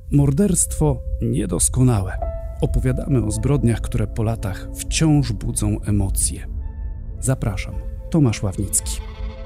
Morderstwo niedoskonałe. Opowiadamy o zbrodniach, które po latach wciąż budzą emocje. Zapraszam, Tomasz Ławnicki.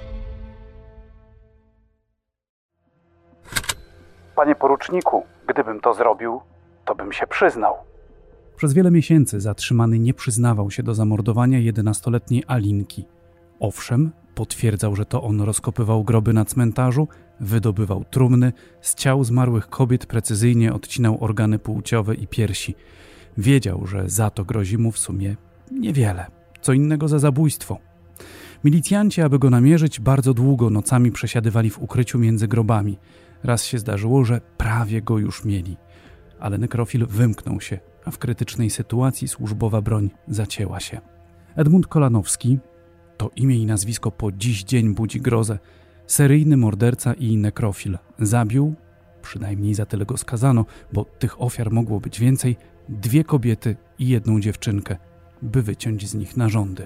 Panie poruczniku, gdybym to zrobił, to bym się przyznał. Przez wiele miesięcy zatrzymany nie przyznawał się do zamordowania 11-letniej Alinki. Owszem, potwierdzał, że to on rozkopywał groby na cmentarzu, wydobywał trumny, z ciał zmarłych kobiet precyzyjnie odcinał organy płciowe i piersi. Wiedział, że za to grozi mu w sumie niewiele. Co innego za zabójstwo. Milicjanci, aby go namierzyć, bardzo długo nocami przesiadywali w ukryciu między grobami. Raz się zdarzyło, że prawie go już mieli. Ale nekrofil wymknął się, a w krytycznej sytuacji służbowa broń zacięła się. Edmund Kolanowski, to imię i nazwisko po dziś dzień budzi grozę, seryjny morderca i nekrofil, zabił, przynajmniej za tyle go skazano, bo tych ofiar mogło być więcej, 2 kobiety i 1 dziewczynkę, by wyciąć z nich narządy.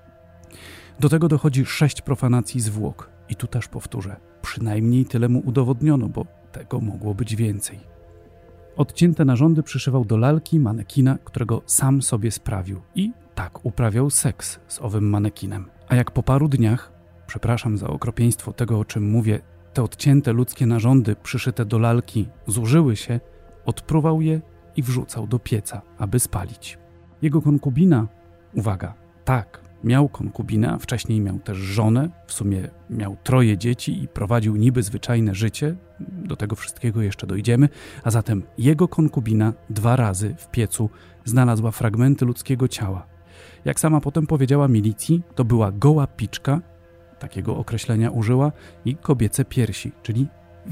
Do tego dochodzi 6 profanacji zwłok. I tu też powtórzę, przynajmniej tyle mu udowodniono, bo tego mogło być więcej. Odcięte narządy przyszywał do lalki manekina, którego sam sobie sprawił i tak uprawiał seks z owym manekinem. A jak po paru dniach, przepraszam za okropieństwo tego, o czym mówię, te odcięte ludzkie narządy przyszyte do lalki zużyły się, odpruwał je i wrzucał do pieca, aby spalić. Jego konkubina, uwaga, tak, miał konkubinę, a wcześniej miał też żonę, w sumie miał 3 dzieci i prowadził niby zwyczajne życie, do tego wszystkiego jeszcze dojdziemy, a zatem jego konkubina 2 razy w piecu znalazła fragmenty ludzkiego ciała. Jak sama potem powiedziała milicji, to była goła piczka, takiego określenia użyła, i kobiece piersi, czyli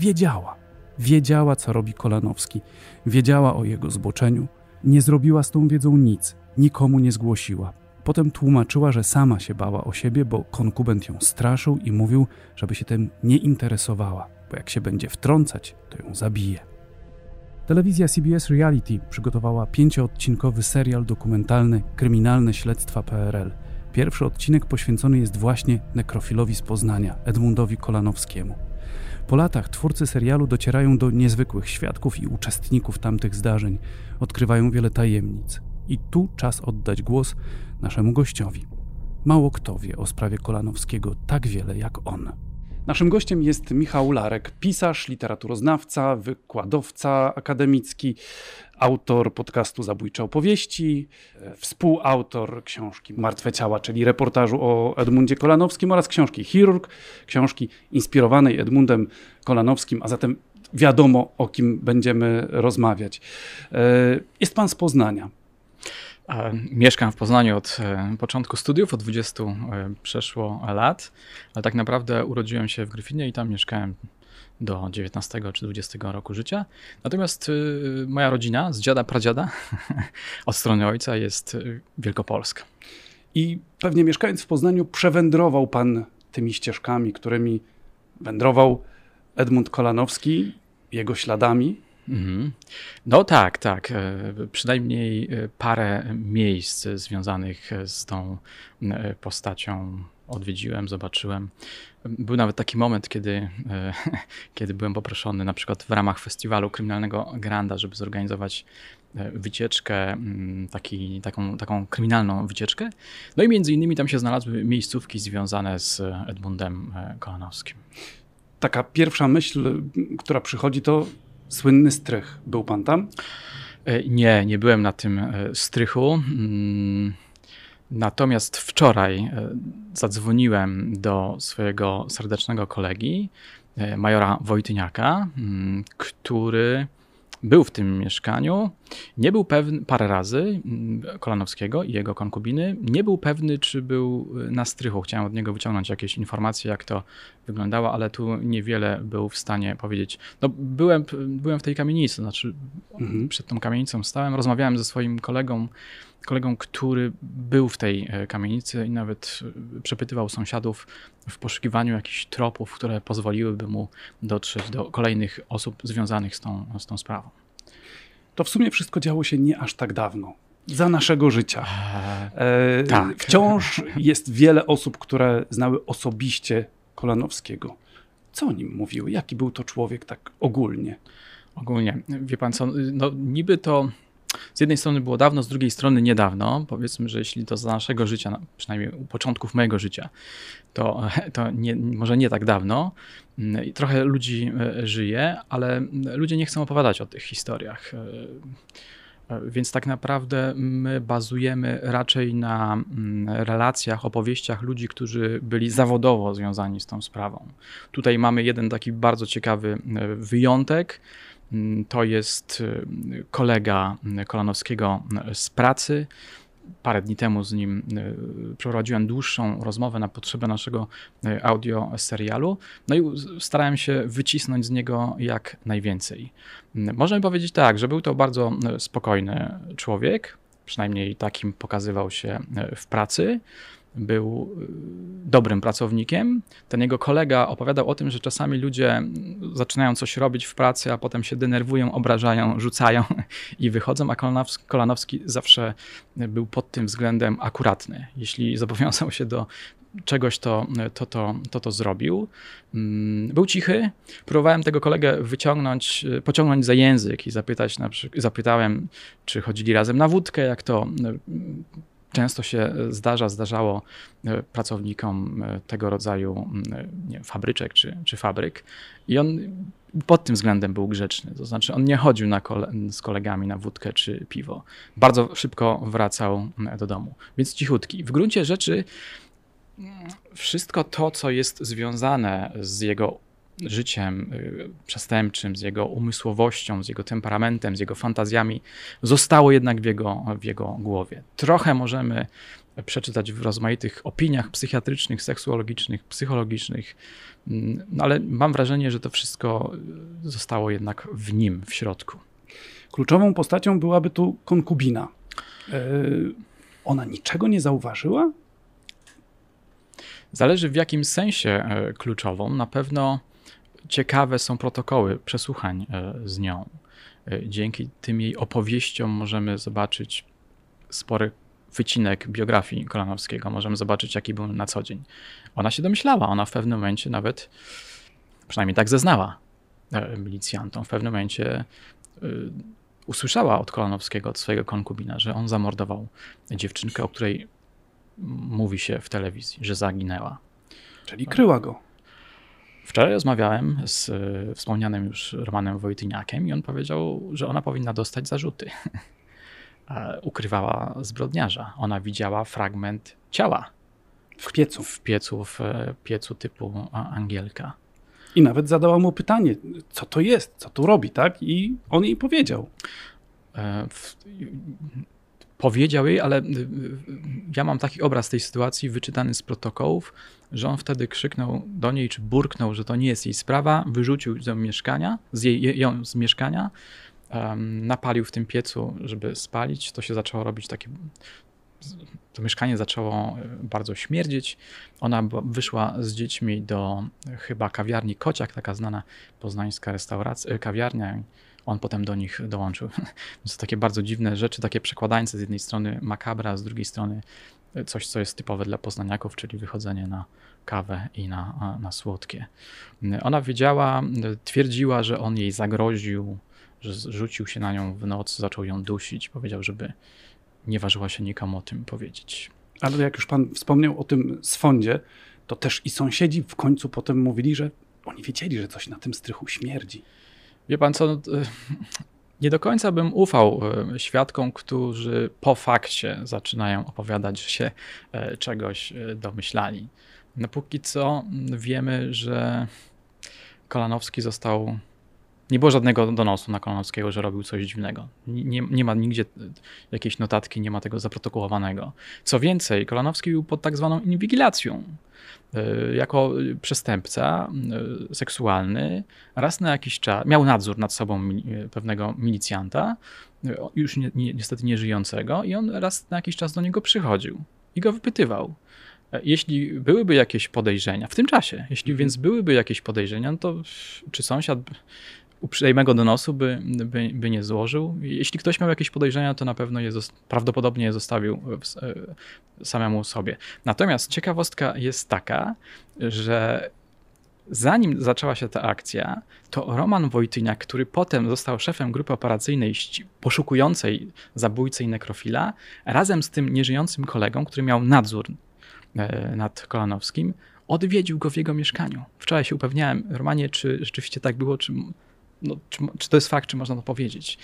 wiedziała, co robi Kolanowski, wiedziała o jego zboczeniu, nie zrobiła z tą wiedzą nic, nikomu nie zgłosiła. Potem tłumaczyła, że sama się bała o siebie, bo konkubent ją straszył i mówił, żeby się tym nie interesowała, bo jak się będzie wtrącać, to ją zabije. Telewizja CBS Reality przygotowała 5-odcinkowy serial dokumentalny Kryminalne śledztwa PRL. Pierwszy odcinek poświęcony jest właśnie nekrofilowi z Poznania, Edmundowi Kolanowskiemu. Po latach twórcy serialu docierają do niezwykłych świadków i uczestników tamtych zdarzeń, odkrywają wiele tajemnic. I tu czas oddać głos naszemu gościowi. Mało kto wie o sprawie Kolanowskiego tak wiele jak on. Naszym gościem jest Michał Larek, pisarz, literaturoznawca, wykładowca akademicki, autor podcastu Zabójcze opowieści, współautor książki Martwe ciała, czyli reportażu o Edmundzie Kolanowskim oraz książki Chirurg, książki inspirowanej Edmundem Kolanowskim, a zatem wiadomo, o kim będziemy rozmawiać. Jest pan z Poznania. Mieszkam w Poznaniu od początku studiów, od 20 przeszło lat, ale tak naprawdę urodziłem się w Gryfinie i tam mieszkałem do 19 czy 20 roku życia. Natomiast moja rodzina z dziada, pradziada od strony ojca jest wielkopolska. I pewnie mieszkając w Poznaniu przewędrował pan tymi ścieżkami, którymi wędrował Edmund Kolanowski, jego śladami. No tak. Przynajmniej parę miejsc związanych z tą postacią odwiedziłem, zobaczyłem. Był nawet taki moment, kiedy byłem poproszony na przykład w ramach festiwalu kryminalnego Granda, żeby zorganizować wycieczkę, taką kryminalną wycieczkę. No i między innymi tam się znalazły miejscówki związane z Edmundem Kolanowskim. Taka pierwsza myśl, która przychodzi, to słynny strych. Był pan tam? Nie byłem na tym strychu. Natomiast wczoraj zadzwoniłem do swojego serdecznego kolegi, majora Wojtyniaka, który był w tym mieszkaniu. Nie był pewny, parę razy, Kolanowskiego i jego konkubiny, nie był pewny, czy był na strychu. Chciałem od niego wyciągnąć jakieś informacje, jak to wyglądało, ale tu niewiele był w stanie powiedzieć. No, byłem w tej kamienicy, znaczy przed tą kamienicą stałem, rozmawiałem ze swoim kolegą, który był w tej kamienicy i nawet przepytywał sąsiadów w poszukiwaniu jakichś tropów, które pozwoliłyby mu dotrzeć do kolejnych osób związanych z tą sprawą. To w sumie wszystko działo się nie aż tak dawno. Za naszego życia. Tak. Wciąż jest wiele osób, które znały osobiście Kolanowskiego. Co o nim mówiły? Jaki był to człowiek tak ogólnie? Ogólnie, wie pan co, no niby to z jednej strony było dawno, z drugiej strony niedawno. Powiedzmy, że jeśli to za naszego życia, przynajmniej u początków mojego życia, to może nie tak dawno. I trochę ludzi żyje, ale ludzie nie chcą opowiadać o tych historiach. Więc tak naprawdę my bazujemy raczej na relacjach, opowieściach ludzi, którzy byli zawodowo związani z tą sprawą. Tutaj mamy jeden taki bardzo ciekawy wyjątek. To jest kolega Kolanowskiego z pracy. Parę dni temu z nim przeprowadziłem dłuższą rozmowę na potrzebę naszego audio serialu. No i starałem się wycisnąć z niego jak najwięcej. Możemy powiedzieć tak, że był to bardzo spokojny człowiek, przynajmniej takim pokazywał się w pracy. Był dobrym pracownikiem. Ten jego kolega opowiadał o tym, że czasami ludzie zaczynają coś robić w pracy, a potem się denerwują, obrażają, rzucają i wychodzą, a Kolanowski zawsze był pod tym względem akuratny. Jeśli zobowiązał się do czegoś, to zrobił. Był cichy. Próbowałem tego kolegę pociągnąć za język i zapytałem, czy chodzili razem na wódkę, jak to często się zdarzało pracownikom tego rodzaju fabryczek czy fabryk. I on pod tym względem był grzeczny. To znaczy on nie chodził z kolegami na wódkę czy piwo. Bardzo szybko wracał do domu. Więc cichutki. W gruncie rzeczy wszystko to, co jest związane z jego życiem przestępczym, z jego umysłowością, z jego temperamentem, z jego fantazjami, zostało jednak w jego głowie. Trochę możemy przeczytać w rozmaitych opiniach psychiatrycznych, seksuologicznych, psychologicznych, no ale mam wrażenie, że to wszystko zostało jednak w nim, w środku. Kluczową postacią byłaby tu konkubina. Ona niczego nie zauważyła? Zależy w jakim sensie kluczową. Na pewno ciekawe są protokoły przesłuchań z nią. Dzięki tym jej opowieściom możemy zobaczyć spory wycinek biografii Kolanowskiego. Możemy zobaczyć, jaki był na co dzień. Ona się domyślała. Ona w pewnym momencie nawet, przynajmniej tak zeznała milicjantom, w pewnym momencie usłyszała od Kolanowskiego, od swojego konkubina, że on zamordował dziewczynkę, o której mówi się w telewizji, że zaginęła. Czyli kryła go. Wczoraj rozmawiałem z wspomnianym już Romanem Wojtyniakiem i on powiedział, że ona powinna dostać zarzuty. Ukrywała zbrodniarza. Ona widziała fragment ciała. W piecu. W piecu typu Angielka. I nawet zadała mu pytanie, co to jest, co tu robi, tak? I on jej powiedział. Powiedział jej, ale ja mam taki obraz tej sytuacji wyczytany z protokołów, że on wtedy krzyknął do niej, czy burknął, że to nie jest jej sprawa, wyrzucił ją z mieszkania, napalił w tym piecu, żeby spalić. To się zaczęło robić takie... To mieszkanie zaczęło bardzo śmierdzieć. Ona wyszła z dziećmi do chyba kawiarni Kociak, taka znana poznańska kawiarnia. On potem do nich dołączył. To są takie bardzo dziwne rzeczy, takie przekładańce, z jednej strony makabra, a z drugiej strony coś, co jest typowe dla poznaniaków, czyli wychodzenie na kawę i na słodkie. Ona twierdziła, że on jej zagroził, że rzucił się na nią w noc, zaczął ją dusić, powiedział, żeby nie ważyła się nikomu o tym powiedzieć. Ale jak już pan wspomniał o tym swądzie, to też i sąsiedzi w końcu potem mówili, że oni wiedzieli, że coś na tym strychu śmierdzi. Wie pan co, nie do końca bym ufał świadkom, którzy po fakcie zaczynają opowiadać, że się czegoś domyślali. No póki co wiemy, że Kolanowski nie było żadnego donosu na Kolanowskiego, że robił coś dziwnego. Nie ma nigdzie jakiejś notatki, nie ma tego zaprotokołowanego. Co więcej, Kolanowski był pod tak zwaną inwigilacją. Jako przestępca seksualny raz na jakiś czas miał nadzór nad sobą pewnego milicjanta, już niestety nieżyjącego, i on raz na jakiś czas do niego przychodził i go wypytywał. Jeśli byłyby jakieś podejrzenia, w tym czasie, więc byłyby jakieś podejrzenia, no to czy sąsiad uprzejmego donosu by nie złożył? Jeśli ktoś miał jakieś podejrzenia, to na pewno prawdopodobnie je zostawił samemu sobie. Natomiast ciekawostka jest taka, że zanim zaczęła się ta akcja, to Roman Wojtyniak, który potem został szefem grupy operacyjnej poszukującej zabójcy i nekrofila, razem z tym nieżyjącym kolegą, który miał nadzór nad Kolanowskim, odwiedził go w jego mieszkaniu. Wczoraj się upewniałem, Romanie, czy rzeczywiście tak było, czy to jest fakt, czy można to powiedzieć.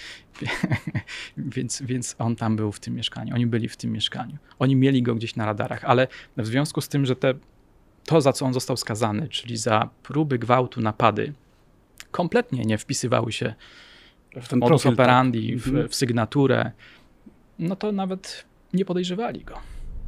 więc on tam był w tym mieszkaniu. Oni byli w tym mieszkaniu. Oni mieli go gdzieś na radarach, ale w związku z tym, że to, za co on został skazany, czyli za próby gwałtu, napady, kompletnie nie wpisywały się w ten modus operandi, w sygnaturę, no to nawet nie podejrzewali go.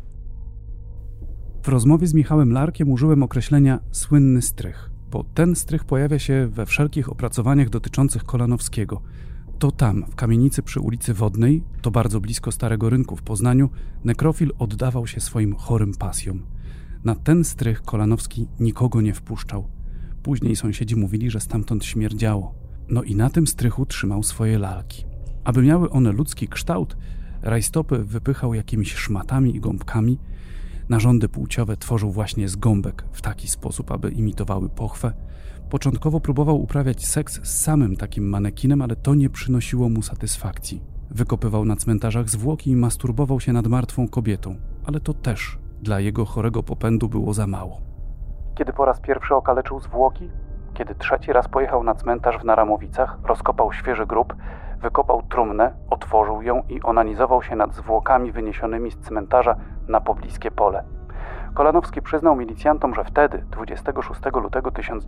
W rozmowie z Michałem Larkiem użyłem określenia słynny strych, bo ten strych pojawia się we wszelkich opracowaniach dotyczących Kolanowskiego. To tam, w kamienicy przy ulicy Wodnej, to bardzo blisko Starego Rynku w Poznaniu, nekrofil oddawał się swoim chorym pasjom. Na ten strych Kolanowski nikogo nie wpuszczał. Później sąsiedzi mówili, że stamtąd śmierdziało. No i na tym strychu trzymał swoje lalki. Aby miały one ludzki kształt, rajstopy wypychał jakimiś szmatami i gąbkami. Narządy płciowe tworzył właśnie z gąbek w taki sposób, aby imitowały pochwę. Początkowo próbował uprawiać seks z samym takim manekinem, ale to nie przynosiło mu satysfakcji. Wykopywał na cmentarzach zwłoki i masturbował się nad martwą kobietą, ale to też dla jego chorego popędu było za mało. Kiedy po raz pierwszy okaleczył zwłoki? Kiedy trzeci raz pojechał na cmentarz w Naramowicach, rozkopał świeży grób, wykopał trumnę, otworzył ją i onanizował się nad zwłokami wyniesionymi z cmentarza na pobliskie pole. Kolanowski przyznał milicjantom, że wtedy, 26 lutego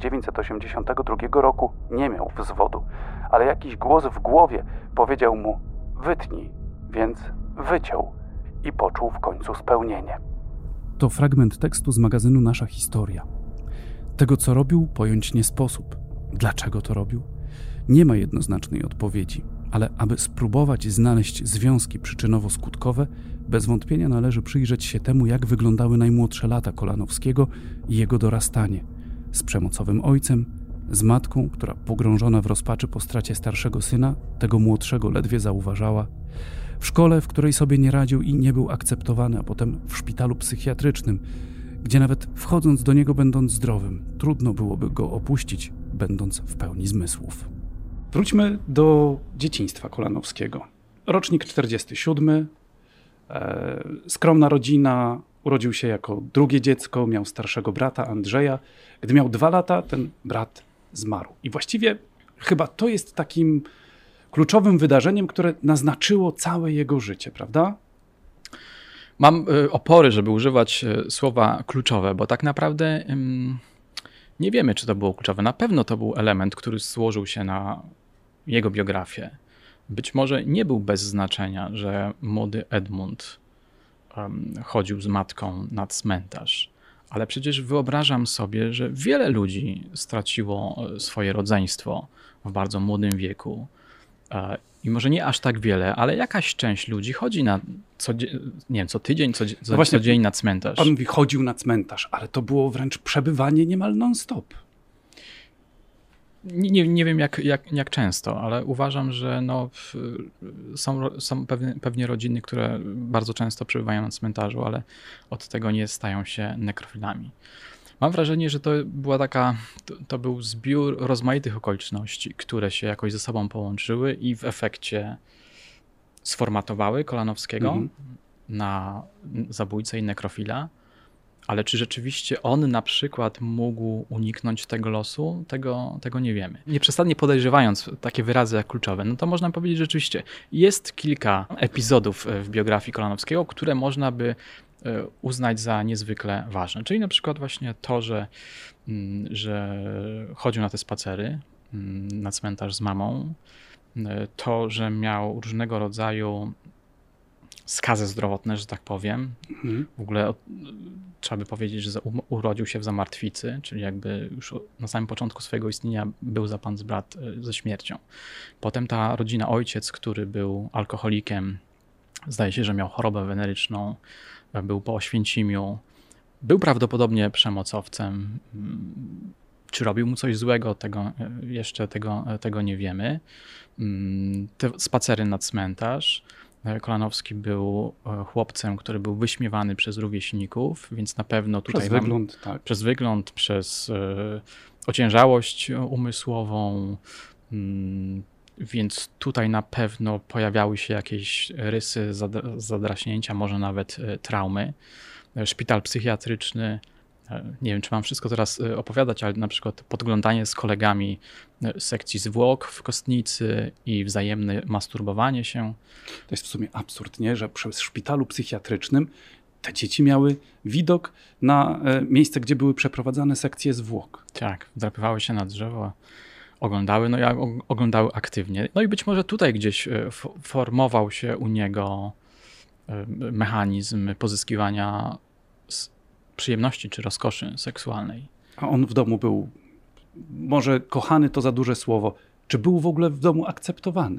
1982 roku, nie miał wzwodu, ale jakiś głos w głowie powiedział mu: wytnij, więc wyciął i poczuł w końcu spełnienie. To fragment tekstu z magazynu Nasza Historia. Tego, co robił, pojąć nie sposób. Dlaczego to robił? Nie ma jednoznacznej odpowiedzi, ale aby spróbować znaleźć związki przyczynowo-skutkowe, bez wątpienia należy przyjrzeć się temu, jak wyglądały najmłodsze lata Kolanowskiego i jego dorastanie. Z przemocowym ojcem, z matką, która pogrążona w rozpaczy po stracie starszego syna, tego młodszego ledwie zauważała, w szkole, w której sobie nie radził i nie był akceptowany, a potem w szpitalu psychiatrycznym, gdzie nawet wchodząc do niego będąc zdrowym, trudno byłoby go opuścić, będąc w pełni zmysłów. Wróćmy do dzieciństwa Kolanowskiego. Rocznik 47, skromna rodzina, urodził się jako drugie dziecko, miał starszego brata Andrzeja. Gdy miał 2 lata, ten brat zmarł. I właściwie chyba to jest takim kluczowym wydarzeniem, które naznaczyło całe jego życie, prawda? Mam opory, żeby używać słowa kluczowe, bo tak naprawdę nie wiemy, czy to było kluczowe. Na pewno to był element, który złożył się na jego biografię. Być może nie był bez znaczenia, że młody Edmund chodził z matką na cmentarz, ale przecież wyobrażam sobie, że wiele ludzi straciło swoje rodzeństwo w bardzo młodym wieku. I może nie aż tak wiele, ale jakaś część ludzi chodzi co tydzień, co dzień na cmentarz. Pan mówi, chodził na cmentarz, ale to było wręcz przebywanie niemal non-stop. Nie wiem jak często, ale uważam, że są pewnie rodziny, które bardzo często przebywają na cmentarzu, ale od tego nie stają się nekrofilami. Mam wrażenie, że to był zbiór rozmaitych okoliczności, które się jakoś ze sobą połączyły i w efekcie sformatowały Kolanowskiego na zabójcę i nekrofila. Ale czy rzeczywiście on na przykład mógł uniknąć tego losu? Tego nie wiemy. Nieprzestannie podejrzewając takie wyrazy jak kluczowe, no to można powiedzieć, że rzeczywiście jest kilka epizodów w biografii Kolanowskiego, które można by uznać za niezwykle ważne. Czyli na przykład właśnie to, że chodził na te spacery na cmentarz z mamą, to, że miał różnego rodzaju skazy zdrowotne, że tak powiem. W ogóle trzeba by powiedzieć, że urodził się w zamartwicy, czyli jakby już na samym początku swojego istnienia był za pan z brat ze śmiercią. Potem ta rodzina, ojciec, który był alkoholikiem, zdaje się, że miał chorobę weneryczną, był po Oświęcimiu, był prawdopodobnie przemocowcem. Czy robił mu coś złego, tego nie wiemy. Te spacery na cmentarz. Kolanowski był chłopcem, który był wyśmiewany przez rówieśników, więc na pewno tutaj... Przez wygląd, tak. Przez wygląd, przez ociężałość umysłową, więc tutaj na pewno pojawiały się jakieś rysy zadraśnięcia, może nawet traumy. Szpital psychiatryczny, nie wiem, czy mam wszystko teraz opowiadać, ale na przykład podglądanie z kolegami sekcji zwłok w kostnicy i wzajemne masturbowanie się. To jest w sumie absurd, nie? Że przy szpitalu psychiatrycznym te dzieci miały widok na miejsce, gdzie były przeprowadzane sekcje zwłok. Tak, wdrapywały się na drzewo, oglądały, no i oglądały aktywnie. No i być może tutaj gdzieś formował się u niego mechanizm pozyskiwania przyjemności czy rozkoszy seksualnej. A on w domu był, może kochany to za duże słowo, czy był w ogóle w domu akceptowany?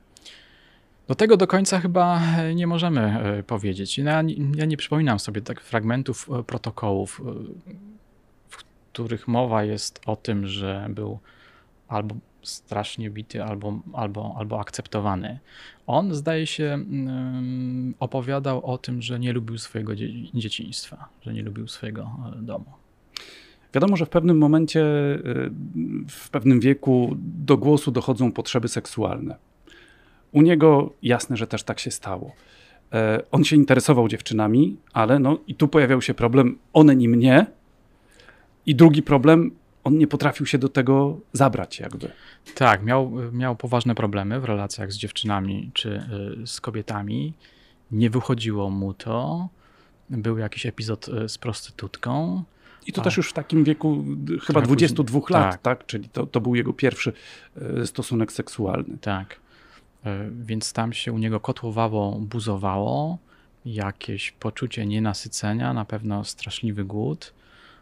Do tego do końca chyba nie możemy powiedzieć. Ja nie przypominam sobie tak fragmentów protokołów, w których mowa jest o tym, że był albo strasznie bity, albo akceptowany. On, zdaje się, opowiadał o tym, że nie lubił swojego dzieciństwa, że nie lubił swojego domu. Wiadomo, że w pewnym momencie, w pewnym wieku do głosu dochodzą potrzeby seksualne. U niego jasne, że też tak się stało. On się interesował dziewczynami, ale no i tu pojawiał się problem, one nim nie. I drugi problem, on nie potrafił się do tego zabrać jakby. Tak, miał poważne problemy w relacjach z dziewczynami czy z kobietami. Nie wychodziło mu to. Był jakiś epizod z prostytutką. I to też już w takim wieku chyba 22 lat, tak? Czyli to był jego pierwszy stosunek seksualny. Tak. Więc tam się u niego kotłowało, buzowało, jakieś poczucie nienasycenia, na pewno straszliwy głód.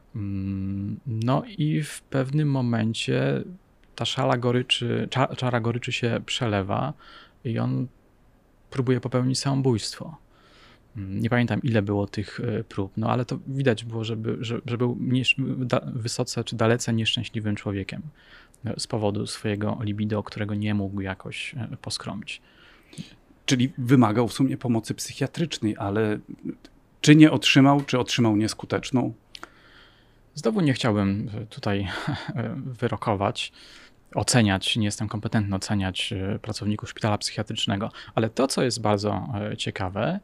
No i w pewnym momencie ta czara goryczy się przelewa i on próbuje popełnić samobójstwo. Nie pamiętam, ile było tych prób, no ale to widać było, że był wysoce czy dalece nieszczęśliwym człowiekiem z powodu swojego libido, którego nie mógł jakoś poskromić. Czyli wymagał w sumie pomocy psychiatrycznej, ale czy nie otrzymał, czy otrzymał nieskuteczną? Znowu nie chciałbym tutaj wyrokować, oceniać, nie jestem kompetentny oceniać pracowników szpitala psychiatrycznego, ale to, co jest bardzo ciekawe,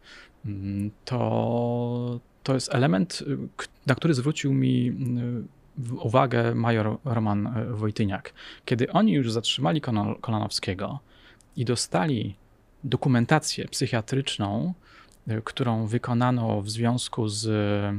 to jest element, na który zwrócił mi uwagę major Roman Wojtyniak. Kiedy oni już zatrzymali Kolanowskiego i dostali dokumentację psychiatryczną, którą wykonano w związku z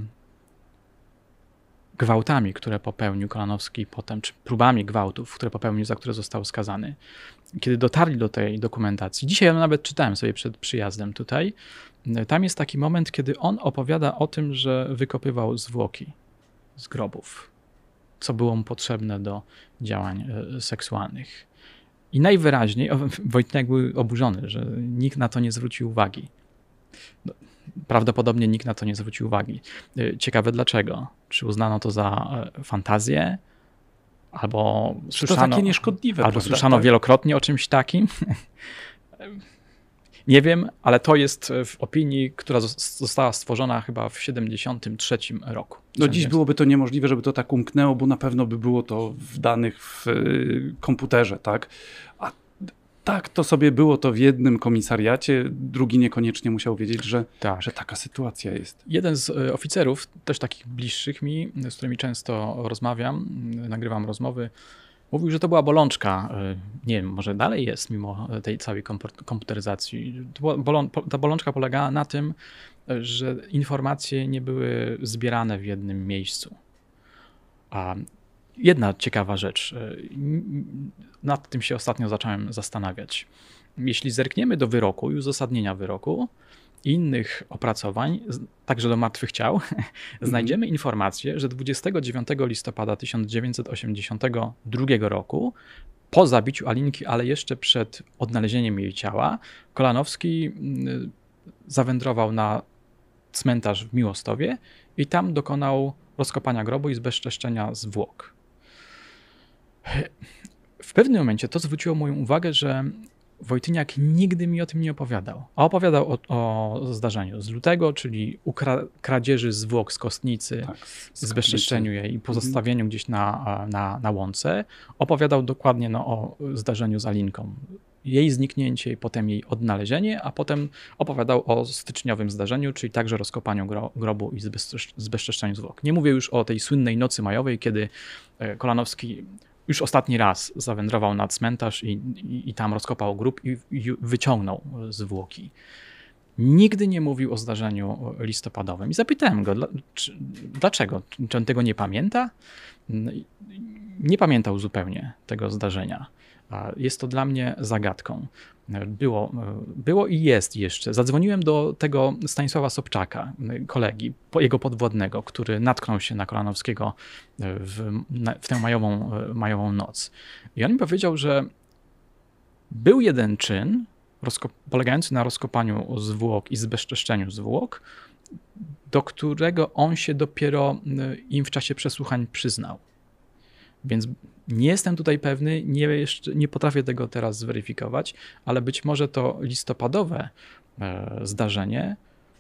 gwałtami, które popełnił Kolanowski potem, czy próbami gwałtów, które popełnił, za które został skazany. Kiedy dotarli do tej dokumentacji, dzisiaj ja nawet czytałem sobie przed przyjazdem tutaj, tam jest taki moment, kiedy on opowiada o tym, że wykopywał zwłoki z grobów, co było mu potrzebne do działań seksualnych. I najwyraźniej Wojtniak był oburzony, że nikt na to nie zwrócił uwagi. No, prawdopodobnie nikt na to nie zwrócił uwagi. Ciekawe dlaczego. Czy uznano to za fantazję? Albo słyszano, to takie nieszkodliwe, albo prawda, słyszano tak? Wielokrotnie o czymś takim? Nie wiem, ale to jest w opinii, która została stworzona chyba w 1973 roku. No dziś byłoby to niemożliwe, żeby to tak umknęło, bo na pewno by było to w danych w komputerze, tak? A tak, to sobie było to w jednym komisariacie, drugi niekoniecznie musiał wiedzieć, że taka sytuacja jest. Jeden z oficerów, też takich bliższych mi, z którymi często rozmawiam, nagrywam rozmowy, mówił, że to była bolączka. Nie wiem, może dalej jest mimo tej całej komputeryzacji. Ta bolączka polegała na tym, że informacje nie były zbierane w jednym miejscu. A jedna ciekawa rzecz, nad tym się ostatnio zacząłem zastanawiać. Jeśli zerkniemy do wyroku i uzasadnienia wyroku i innych opracowań, także do martwych ciał, znajdziemy informację, że 29 listopada 1982 roku, po zabiciu Alinki, ale jeszcze przed odnalezieniem jej ciała, Kolanowski zawędrował na cmentarz w Miłostowie i tam dokonał rozkopania grobu i zbezczeszczenia zwłok. W pewnym momencie to zwróciło moją uwagę, że Wojtyniak nigdy mi o tym nie opowiadał. A opowiadał o zdarzeniu z lutego, czyli kradzieży zwłok z kostnicy, tak, zbezczeszczeniu jej i pozostawieniu gdzieś na łące. Opowiadał dokładnie o zdarzeniu z Alinką. Jej zniknięcie i potem jej odnalezienie, a potem opowiadał o styczniowym zdarzeniu, czyli także rozkopaniu grobu i zbezczeszczeniu zwłok. Nie mówię już o tej słynnej nocy majowej, kiedy Kolanowski już ostatni raz zawędrował na cmentarz i tam rozkopał grób i wyciągnął zwłoki. Nigdy nie mówił o zdarzeniu listopadowym. I zapytałem go, dlaczego? Czy on tego nie pamięta? Nie pamiętał zupełnie tego zdarzenia. Jest to dla mnie zagadką. Było i jest jeszcze. Zadzwoniłem do tego Stanisława Sobczaka, kolegi, jego podwładnego, który natknął się na Kolanowskiego w tę majową noc. I on mi powiedział, że był jeden czyn polegający na rozkopaniu zwłok i zbezczeszczeniu zwłok, do którego on się dopiero im w czasie przesłuchań przyznał. Więc nie jestem tutaj pewny, nie potrafię tego teraz zweryfikować, ale być może to listopadowe zdarzenie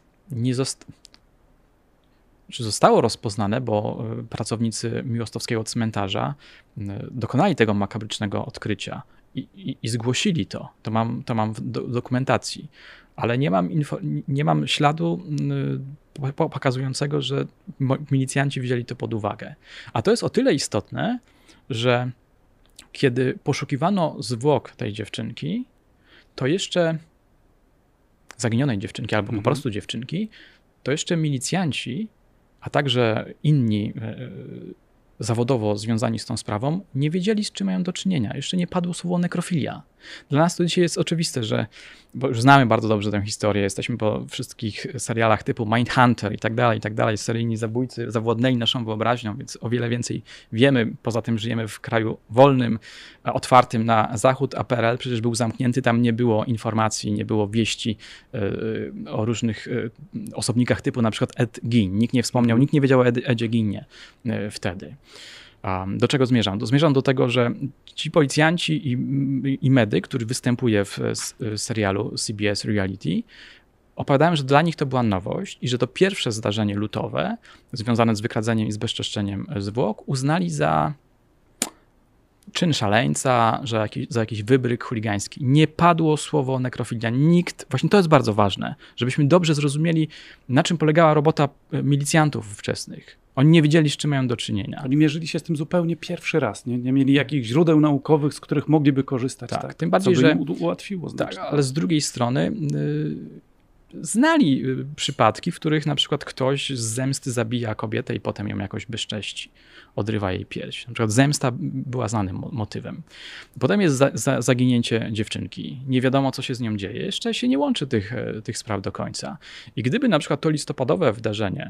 zostało rozpoznane, bo pracownicy Miłostowskiego cmentarza dokonali tego makabrycznego odkrycia i zgłosili to. To mam w dokumentacji, ale nie mam śladu pokazującego, że milicjanci wzięli to pod uwagę. A to jest o tyle istotne, że kiedy poszukiwano zwłok tej dziewczynki, to jeszcze zaginionej dziewczynki albo po prostu dziewczynki, to jeszcze milicjanci, a także inni zawodowo związani z tą sprawą, nie wiedzieli, z czym mają do czynienia. Jeszcze nie padło słowo nekrofilia. Dla nas to dzisiaj jest oczywiste, bo już znamy bardzo dobrze tę historię, jesteśmy po wszystkich serialach typu Mindhunter i tak dalej, seryjni zabójcy zawładnęli naszą wyobraźnią, więc o wiele więcej wiemy. Poza tym żyjemy w kraju wolnym, otwartym na zachód, a PRL przecież był zamknięty, tam nie było informacji, nie było wieści o różnych osobnikach typu na przykład Ed Gein. Nikt nie wspomniał, nikt nie wiedział o Edzie Geinie wtedy. Do czego zmierzam? Zmierzam do tego, że ci policjanci i medyk, który występuje w serialu CBS Reality, opowiadają, że dla nich to była nowość i że to pierwsze zdarzenie lutowe związane z wykradzeniem i zbezczeszczeniem zwłok uznali za czyn szaleńca, za jakiś wybryk chuligański. Nie padło słowo nekrofilia. Właśnie to jest bardzo ważne, żebyśmy dobrze zrozumieli, na czym polegała robota milicjantów wczesnych. Oni nie wiedzieli, z czym mają do czynienia. Oni mierzyli się z tym zupełnie pierwszy raz. Nie mieli jakichś źródeł naukowych, z których mogliby korzystać. Tak, tym bardziej, co by że im ułatwiło znacznie. Tak, ale z drugiej strony znali przypadki, w których na przykład ktoś z zemsty zabija kobietę i potem ją jakoś bezcześci, odrywa jej pierś. Na przykład zemsta była znanym motywem. Potem jest zaginięcie dziewczynki. Nie wiadomo, co się z nią dzieje. Jeszcze się nie łączy tych spraw do końca. I gdyby na przykład to listopadowe wydarzenie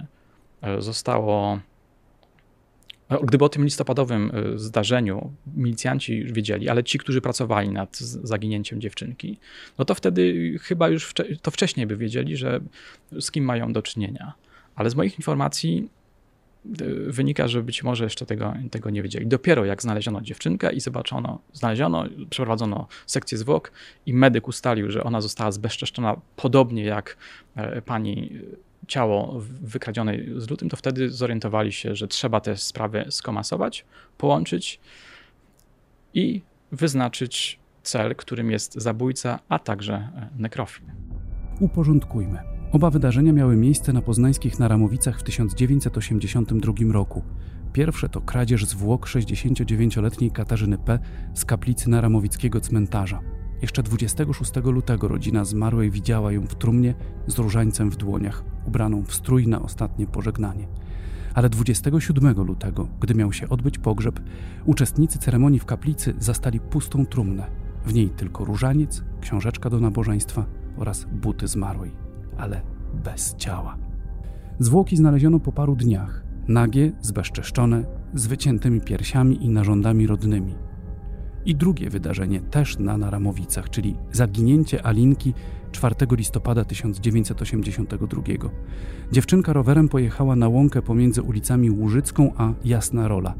gdyby o tym listopadowym zdarzeniu milicjanci wiedzieli, ale ci, którzy pracowali nad zaginięciem dziewczynki, no to wtedy chyba już to wcześniej by wiedzieli, że z kim mają do czynienia. Ale z moich informacji wynika, że być może jeszcze tego nie wiedzieli. Dopiero jak znaleziono dziewczynkę i przeprowadzono sekcję zwłok i medyk ustalił, że ona została zbezczeszczona podobnie jak pani ciało wykradzionej z lutym, to wtedy zorientowali się, że trzeba te sprawy skomasować, połączyć i wyznaczyć cel, którym jest zabójca, a także nekrofil. Uporządkujmy. Oba wydarzenia miały miejsce na poznańskich Naramowicach w 1982 roku. Pierwsze to kradzież zwłok 69-letniej Katarzyny P. z kaplicy Naramowickiego cmentarza. Jeszcze 26 lutego rodzina zmarłej widziała ją w trumnie z różańcem w dłoniach, ubraną w strój na ostatnie pożegnanie. Ale 27 lutego, gdy miał się odbyć pogrzeb, uczestnicy ceremonii w kaplicy zastali pustą trumnę. W niej tylko różaniec, książeczka do nabożeństwa oraz buty zmarłej, ale bez ciała. Zwłoki znaleziono po paru dniach, nagie, zbezczeszczone, z wyciętymi piersiami i narządami rodnymi. I drugie wydarzenie też na Naramowicach, czyli zaginięcie Alinki 4 listopada 1982. Dziewczynka rowerem pojechała na łąkę pomiędzy ulicami Łużycką a Jasna Rola.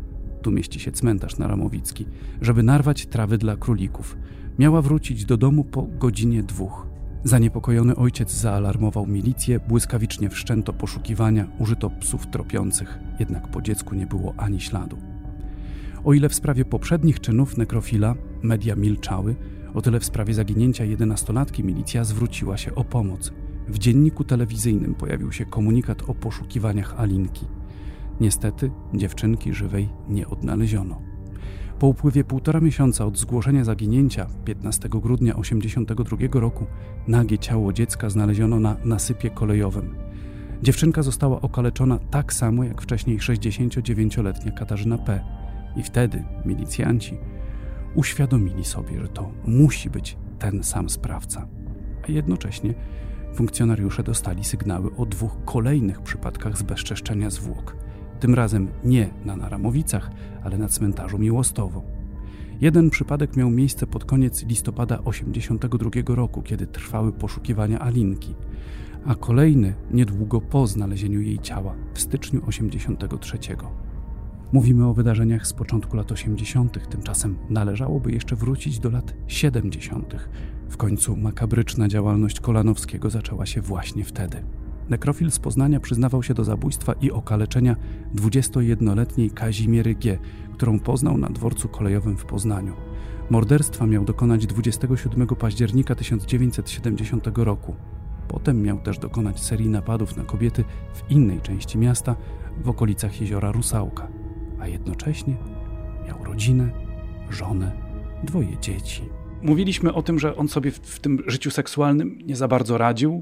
tu mieści się cmentarz naramowicki, żeby narwać trawy dla królików. Miała wrócić do domu po godzinie 2. Zaniepokojony ojciec zaalarmował milicję, błyskawicznie wszczęto poszukiwania, użyto psów tropiących, jednak po dziecku nie było ani śladu. O ile w sprawie poprzednich czynów nekrofila media milczały, o tyle w sprawie zaginięcia 11-latki milicja zwróciła się o pomoc. W dzienniku telewizyjnym pojawił się komunikat o poszukiwaniach Alinki. Niestety dziewczynki żywej nie odnaleziono. Po upływie 1,5 miesiąca od zgłoszenia zaginięcia 15 grudnia 1982 roku nagie ciało dziecka znaleziono na nasypie kolejowym. Dziewczynka została okaleczona tak samo jak wcześniej 69-letnia Katarzyna P. I wtedy milicjanci uświadomili sobie, że to musi być ten sam sprawca. A jednocześnie funkcjonariusze dostali sygnały o 2 kolejnych przypadkach zbezczeszczenia zwłok. Tym razem nie na Naramowicach, ale na cmentarzu Miłostowo. Jeden przypadek miał miejsce pod koniec listopada 1982 roku, kiedy trwały poszukiwania Alinki, a kolejny niedługo po znalezieniu jej ciała w styczniu 1983. Mówimy o wydarzeniach z początku lat 80., tymczasem należałoby jeszcze wrócić do lat 70. W końcu makabryczna działalność Kolanowskiego zaczęła się właśnie wtedy. Nekrofil z Poznania przyznawał się do zabójstwa i okaleczenia 21-letniej Kazimiery G., którą poznał na dworcu kolejowym w Poznaniu. Morderstwa miał dokonać 27 października 1970 roku. Potem miał też dokonać serii napadów na kobiety w innej części miasta, w okolicach jeziora Rusałka. A jednocześnie miał rodzinę, żonę, 2 dzieci. Mówiliśmy o tym, że on sobie w tym życiu seksualnym nie za bardzo radził.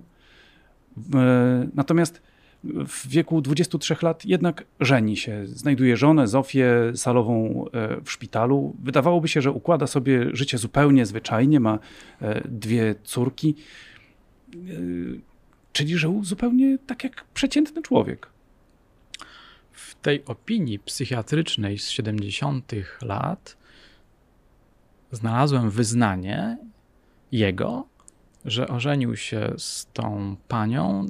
Natomiast w wieku 23 lat jednak żeni się. Znajduje żonę, Zofię Salową w szpitalu. Wydawałoby się, że układa sobie życie zupełnie zwyczajnie, ma 2 córki. Czyli żył zupełnie tak jak przeciętny człowiek. W tej opinii psychiatrycznej z 70. lat znalazłem wyznanie jego, że ożenił się z tą panią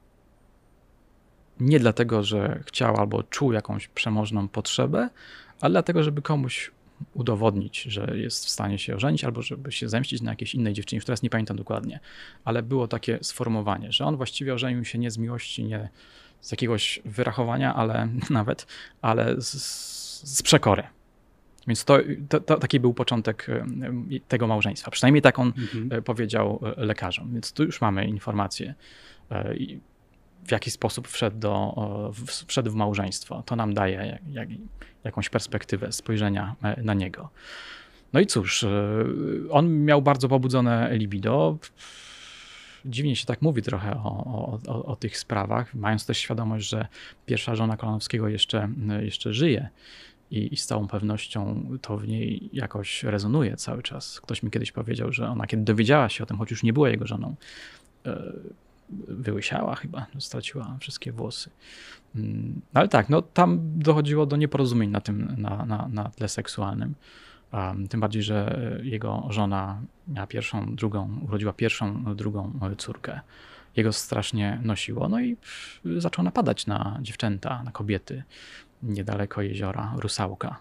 nie dlatego, że chciał albo czuł jakąś przemożną potrzebę, ale dlatego, żeby komuś udowodnić, że jest w stanie się ożenić, albo żeby się zemścić na jakiejś innej dziewczynie. Już teraz nie pamiętam dokładnie, ale było takie sformułowanie, że on właściwie ożenił się nie z miłości, nie z jakiegoś wyrachowania, ale z przekory. Więc to taki był początek tego małżeństwa. Przynajmniej tak on powiedział lekarzom. Więc tu już mamy informację, w jaki sposób wszedł w małżeństwo. To nam daje jakąś perspektywę spojrzenia na niego. No i cóż, on miał bardzo pobudzone libido. Dziwnie się tak mówi trochę o tych sprawach, mając też świadomość, że pierwsza żona Kolanowskiego jeszcze żyje. I z całą pewnością to w niej jakoś rezonuje cały czas. Ktoś mi kiedyś powiedział, że ona, kiedy dowiedziała się o tym, choć już nie była jego żoną, wyłysiała chyba, straciła wszystkie włosy. Ale tak, no tam dochodziło do nieporozumień na tle seksualnym. Tym bardziej, że jego żona miała urodziła pierwszą, drugą córkę. Jego strasznie nosiło, no i zaczął napadać na dziewczęta, na kobiety niedaleko jeziora Rusałka.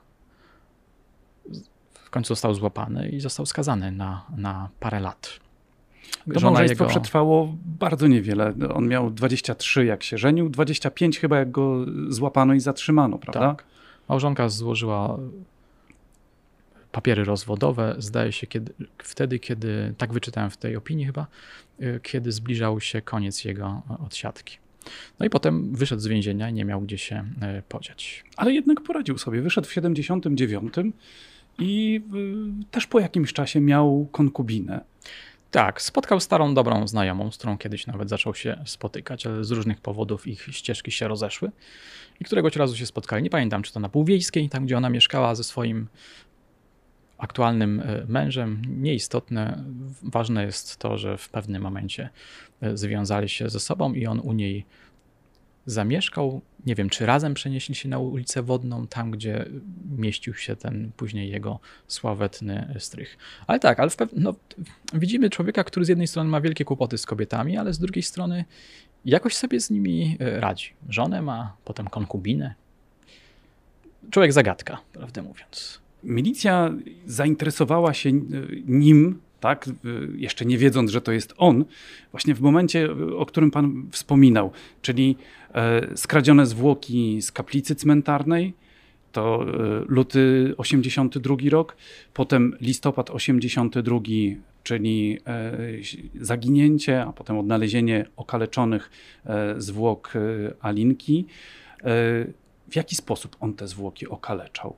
W końcu został złapany i został skazany na parę lat. To małżeństwo przetrwało bardzo niewiele. On miał 23, jak się żenił, 25 chyba, jak go złapano i zatrzymano, prawda? Tak. Małżonka złożyła papiery rozwodowe, zdaje się, wtedy, kiedy, tak wyczytałem w tej opinii chyba, kiedy zbliżał się koniec jego odsiadki. No i potem wyszedł z więzienia i nie miał gdzie się podziać. Ale jednak poradził sobie. Wyszedł w 79 i też po jakimś czasie miał konkubinę. Tak, spotkał starą, dobrą znajomą, z którą kiedyś nawet zaczął się spotykać, ale z różnych powodów ich ścieżki się rozeszły. I któregoś razu się spotkali. Nie pamiętam, czy to na Półwiejskiej, tam gdzie ona mieszkała ze swoim aktualnym mężem. Nieistotne. Ważne jest to, że w pewnym momencie związali się ze sobą i on u niej zamieszkał. Nie wiem, czy razem przenieśli się na ulicę Wodną, tam gdzie mieścił się ten później jego sławetny strych. Ale tak, widzimy człowieka, który z jednej strony ma wielkie kłopoty z kobietami, ale z drugiej strony jakoś sobie z nimi radzi. Żonę ma, potem konkubinę. człowiek zagadka, prawdę mówiąc. Milicja zainteresowała się nim, tak, jeszcze nie wiedząc, że to jest on, właśnie w momencie, o którym pan wspominał, czyli skradzione zwłoki z kaplicy cmentarnej, to luty 82 rok, potem listopad 82, czyli zaginięcie, a potem odnalezienie okaleczonych zwłok Alinki. W jaki sposób on te zwłoki okaleczał?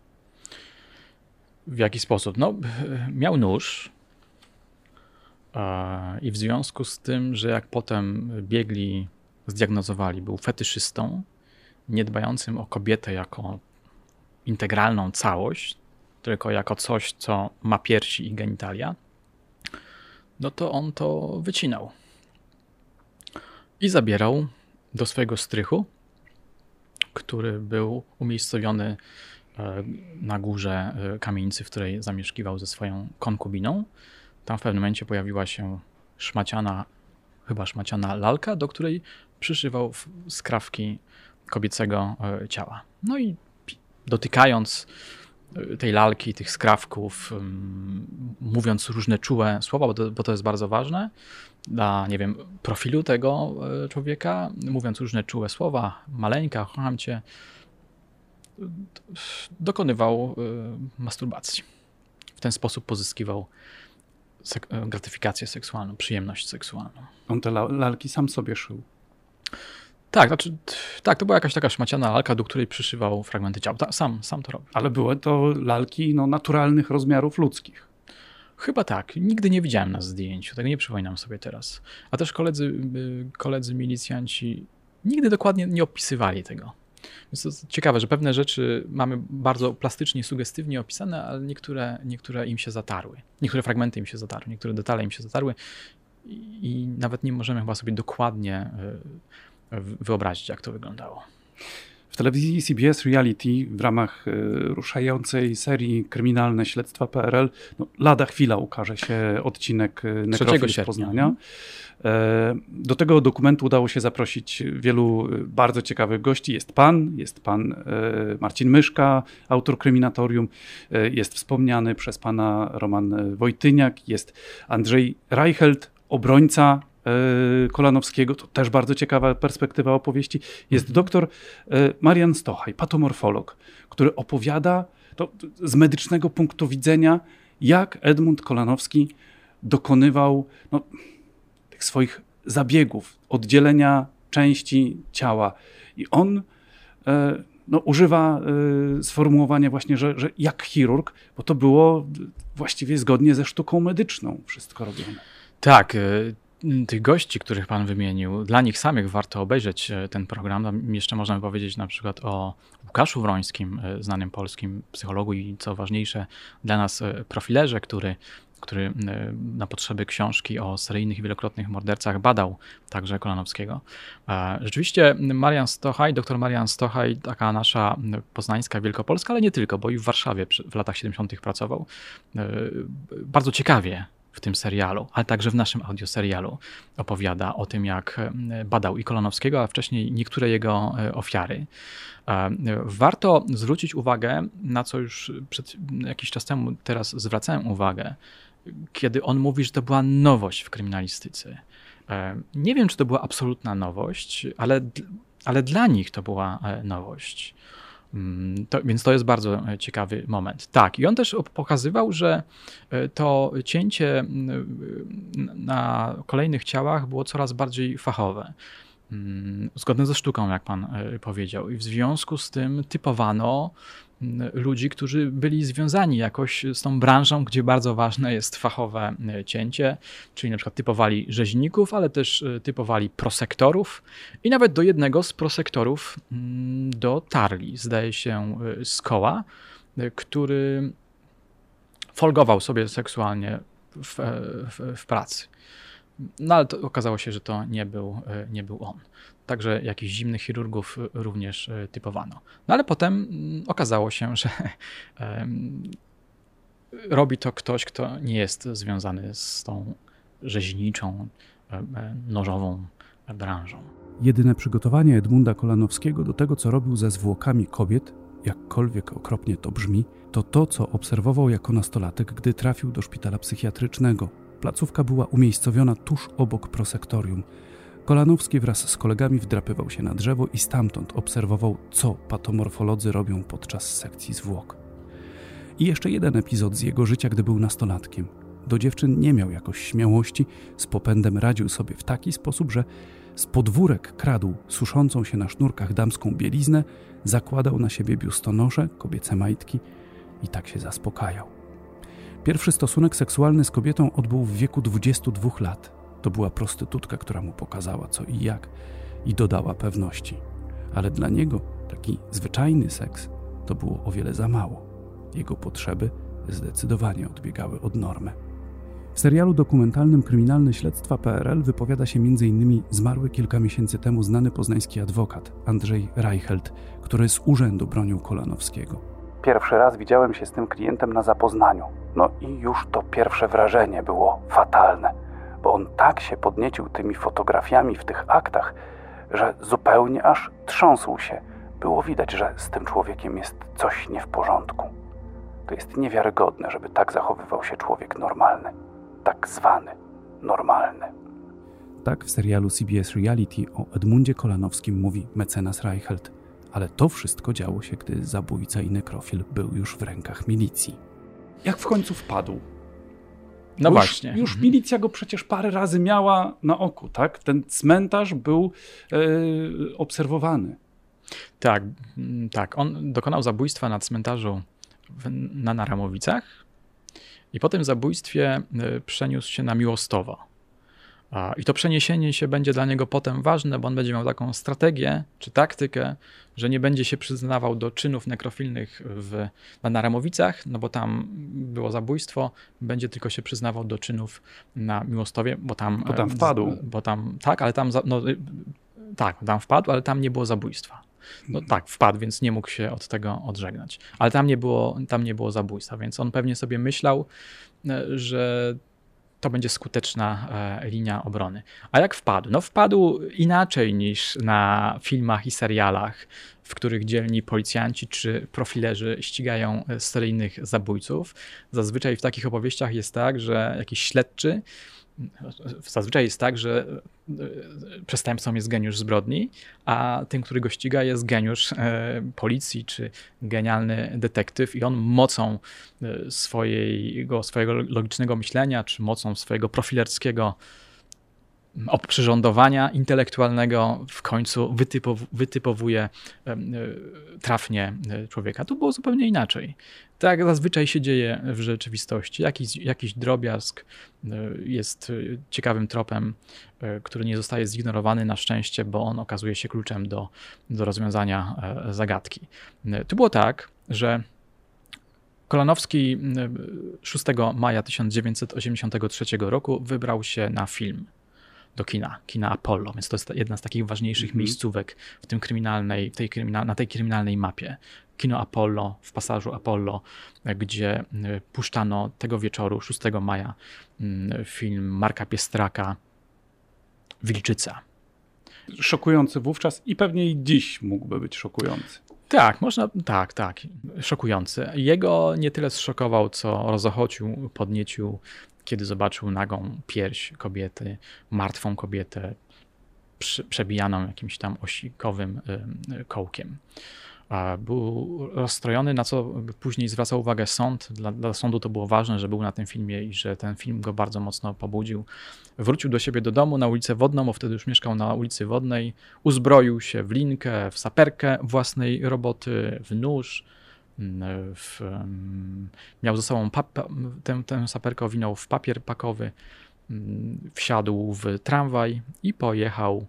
W jaki sposób? No, miał nóż i w związku z tym, że jak potem biegli zdiagnozowali, był fetyszystą, nie dbającym o kobietę jako integralną całość, tylko jako coś, co ma piersi i genitalia, no to on to wycinał i zabierał do swojego strychu, który był umiejscowiony na górze kamienicy, w której zamieszkiwał ze swoją konkubiną. Tam w pewnym momencie pojawiła się chyba szmaciana lalka, do której przyszywał skrawki kobiecego ciała. No i dotykając tej lalki, tych skrawków, mówiąc różne czułe słowa, bo to jest bardzo ważne dla, nie wiem, profilu tego człowieka, mówiąc różne czułe słowa, maleńka, kocham cię, dokonywał masturbacji. W ten sposób pozyskiwał gratyfikację seksualną, przyjemność seksualną. On te lalki sam sobie szył. Tak, to była jakaś taka szmaciana lalka, do której przyszywał fragmenty ciała. Sam to robił. Ale były to lalki naturalnych rozmiarów ludzkich. Chyba tak. Nigdy nie widziałem na zdjęciu. Tego nie przypominam sobie teraz. A też koledzy milicjanci nigdy dokładnie nie opisywali tego. Więc to ciekawe, że pewne rzeczy mamy bardzo plastycznie, sugestywnie opisane, ale niektóre im się zatarły. Niektóre fragmenty im się zatarły, niektóre detale im się zatarły i nawet nie możemy chyba sobie dokładnie wyobrazić, jak to wyglądało. W telewizji CBS Reality w ramach ruszającej serii Kryminalne Śledztwa PRL lada chwila ukaże się odcinek Nekrofil z Poznania. Do tego dokumentu udało się zaprosić wielu bardzo ciekawych gości. Jest pan Marcin Myszka, autor Kryminatorium, jest wspomniany przez pana Roman Wojtyniak, jest Andrzej Reichelt, obrońca Kolanowskiego, to też bardzo ciekawa perspektywa opowieści. Jest doktor Marian Stochaj, patomorfolog, który opowiada z medycznego punktu widzenia, jak Edmund Kolanowski dokonywał tych swoich zabiegów, oddzielenia części ciała. I on używa sformułowania właśnie, że jak chirurg, bo to było właściwie zgodnie ze sztuką medyczną wszystko robione. Tak, tych gości, których pan wymienił, dla nich samych warto obejrzeć ten program. Tam jeszcze można powiedzieć na przykład o Łukaszu Wrońskim, znanym polskim psychologu i co ważniejsze dla nas profilerze, który na potrzeby książki o seryjnych i wielokrotnych mordercach badał także Kolanowskiego. Rzeczywiście doktor Marian Stochaj, taka nasza poznańska Wielkopolska, ale nie tylko, bo i w Warszawie w latach 70. pracował. Bardzo ciekawie w tym serialu, ale także w naszym audioserialu opowiada o tym, jak badał i Kolanowskiego, a wcześniej niektóre jego ofiary. Warto zwrócić uwagę, na co już jakiś czas temu teraz zwracałem uwagę, kiedy on mówi, że to była nowość w kryminalistyce. Nie wiem, czy to była absolutna nowość, ale dla nich to była nowość. Więc to jest bardzo ciekawy moment. Tak, i on też pokazywał, że to cięcie na kolejnych ciałach było coraz bardziej fachowe. Zgodne ze sztuką, jak pan powiedział. I w związku z tym typowano ludzi, którzy byli związani jakoś z tą branżą, gdzie bardzo ważne jest fachowe cięcie, czyli na przykład typowali rzeźników, ale też typowali prosektorów i nawet do jednego z prosektorów dotarli, zdaje się, z Koła, który folgował sobie seksualnie w pracy. No ale to okazało się, że to nie był on. Także jakichś zimnych chirurgów również typowano. No ale potem okazało się, że robi to ktoś, kto nie jest związany z tą rzeźniczą, nożową branżą. Jedyne przygotowanie Edmunda Kolanowskiego do tego, co robił ze zwłokami kobiet, jakkolwiek okropnie to brzmi, to to, co obserwował jako nastolatek, gdy trafił do szpitala psychiatrycznego. Placówka była umiejscowiona tuż obok prosektorium. Kolanowski wraz z kolegami wdrapywał się na drzewo i stamtąd obserwował, co patomorfolodzy robią podczas sekcji zwłok. I jeszcze jeden epizod z jego życia, gdy był nastolatkiem. Do dziewczyn nie miał jakoś śmiałości, z popędem radził sobie w taki sposób, że z podwórek kradł suszącą się na sznurkach damską bieliznę, zakładał na siebie biustonosze, kobiece majtki i tak się zaspokajał. Pierwszy stosunek seksualny z kobietą odbył w wieku 22 lat. To była prostytutka, która mu pokazała co i jak i dodała pewności. Ale dla niego taki zwyczajny seks to było o wiele za mało. Jego potrzeby zdecydowanie odbiegały od normy. W serialu dokumentalnym Kryminalne Śledztwa PRL wypowiada się m.in. zmarły kilka miesięcy temu znany poznański adwokat Andrzej Reichelt, który z urzędu bronił Kolanowskiego. Pierwszy raz widziałem się z tym klientem na zapoznaniu. No i już to pierwsze wrażenie było fatalne, bo on tak się podniecił tymi fotografiami w tych aktach, że zupełnie aż trząsł się. Było widać, że z tym człowiekiem jest coś nie w porządku. To jest niewiarygodne, żeby tak zachowywał się człowiek normalny. Tak zwany normalny. Tak w serialu CBS Reality o Edmundzie Kolanowskim mówi mecenas Reichelt. Ale to wszystko działo się, gdy zabójca i nekrofil był już w rękach milicji. Jak w końcu wpadł? No właśnie. Już milicja go przecież parę razy miała na oku, tak? Ten cmentarz był obserwowany. Tak. On dokonał zabójstwa na cmentarzu na Naramowicach i po tym zabójstwie przeniósł się na Miłostowo. I to przeniesienie się będzie dla niego potem ważne, bo on będzie miał taką strategię czy taktykę, że nie będzie się przyznawał do czynów nekrofilnych na Naramowicach, no bo tam było zabójstwo, będzie tylko się przyznawał do czynów na Miłostowie, bo tam wpadł. Tam wpadł, ale tam nie było zabójstwa. No tak, wpadł, więc nie mógł się od tego odżegnać. Ale tam nie było zabójstwa, więc on pewnie sobie myślał, że to będzie skuteczna linia obrony. A jak wpadł? No wpadł inaczej niż na filmach i serialach, w których dzielni policjanci czy profilerzy ścigają seryjnych zabójców. Zazwyczaj w takich opowieściach jest tak, że jakiś śledczy przestępcą jest geniusz zbrodni, a tym, który go ściga, jest geniusz policji czy genialny detektyw i on mocą swojego logicznego myślenia czy mocą swojego profilerskiego oprzyrządowania intelektualnego w końcu wytypowuje trafnie człowieka. Tu było zupełnie inaczej. Tak zazwyczaj się dzieje w rzeczywistości. Jakiś drobiazg jest ciekawym tropem, który nie zostaje zignorowany na szczęście, bo on okazuje się kluczem do rozwiązania zagadki. Tu było tak, że Kolanowski 6 maja 1983 roku wybrał się na film do kina Apollo, więc to jest jedna z takich ważniejszych miejscówek na tej kryminalnej mapie. Kino Apollo w pasażu Apollo, gdzie puszczano tego wieczoru 6 maja film Marka Piestraka Wilczyca. Szokujący wówczas i pewnie i dziś mógłby być szokujący. Tak, szokujący. Jego nie tyle zszokował, co rozochocił, podniecił, kiedy zobaczył nagą pierś kobiety, martwą kobietę, przebijaną jakimś tam osikowym kołkiem. Był rozstrojony, na co później zwracał uwagę sąd. Dla sądu to było ważne, że był na tym filmie i że ten film go bardzo mocno pobudził. Wrócił do siebie do domu na ulicę Wodną, bo wtedy już mieszkał na ulicy Wodnej. Uzbroił się w linkę, w saperkę własnej roboty, w nóż. Miał ze sobą tę saperkę owinął w papier pakowy. Wsiadł w tramwaj i pojechał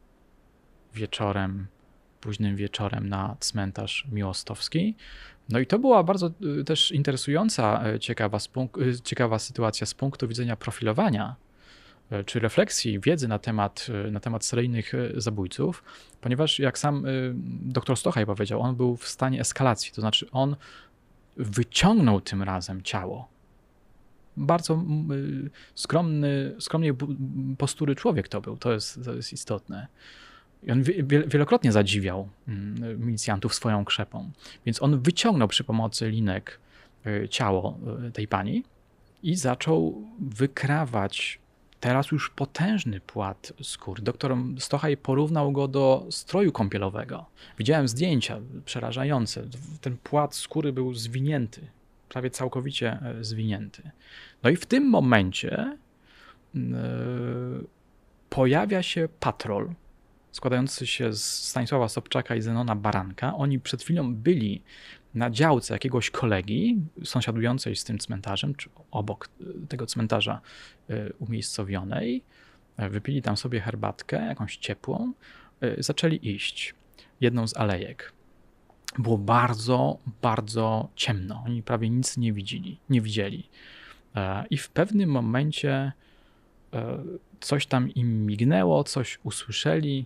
późnym wieczorem na cmentarz miłostowski. No i to była bardzo też interesująca, ciekawa sytuacja z punktu widzenia profilowania czy refleksji, wiedzy na temat seryjnych zabójców, ponieważ jak sam dr Stochaj powiedział, on był w stanie eskalacji, to znaczy on wyciągnął tym razem ciało. Bardzo skromnej postury człowiek to był, to jest istotne. I on wielokrotnie zadziwiał milicjantów swoją krzepą. Więc on wyciągnął przy pomocy linek ciało tej pani i zaczął wykrawać teraz już potężny płat skóry. Doktor Stochaj porównał go do stroju kąpielowego. Widziałem zdjęcia przerażające. Ten płat skóry był zwinięty, prawie całkowicie zwinięty. No i w tym momencie pojawia się patrol składający się z Stanisława Sobczaka i Zenona Baranka. Oni przed chwilą byli na działce jakiegoś kolegi sąsiadującej z tym cmentarzem, czy obok tego cmentarza umiejscowionej. Wypili tam sobie herbatkę, jakąś ciepłą. Zaczęli iść jedną z alejek. Było bardzo, bardzo ciemno. Oni prawie nic nie widzieli. I w pewnym momencie coś tam im mignęło, coś usłyszeli.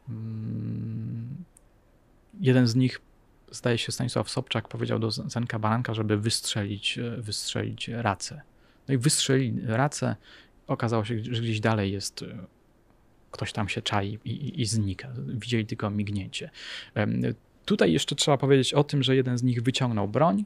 Jeden z nich, zdaje się Stanisław Sobczak, powiedział do Zenka Baranka, żeby wystrzelić racę. No i wystrzelili racę. Okazało się, że gdzieś dalej jest, ktoś tam się czai i znika. Widzieli tylko mignięcie. Tutaj jeszcze trzeba powiedzieć o tym, że jeden z nich wyciągnął broń,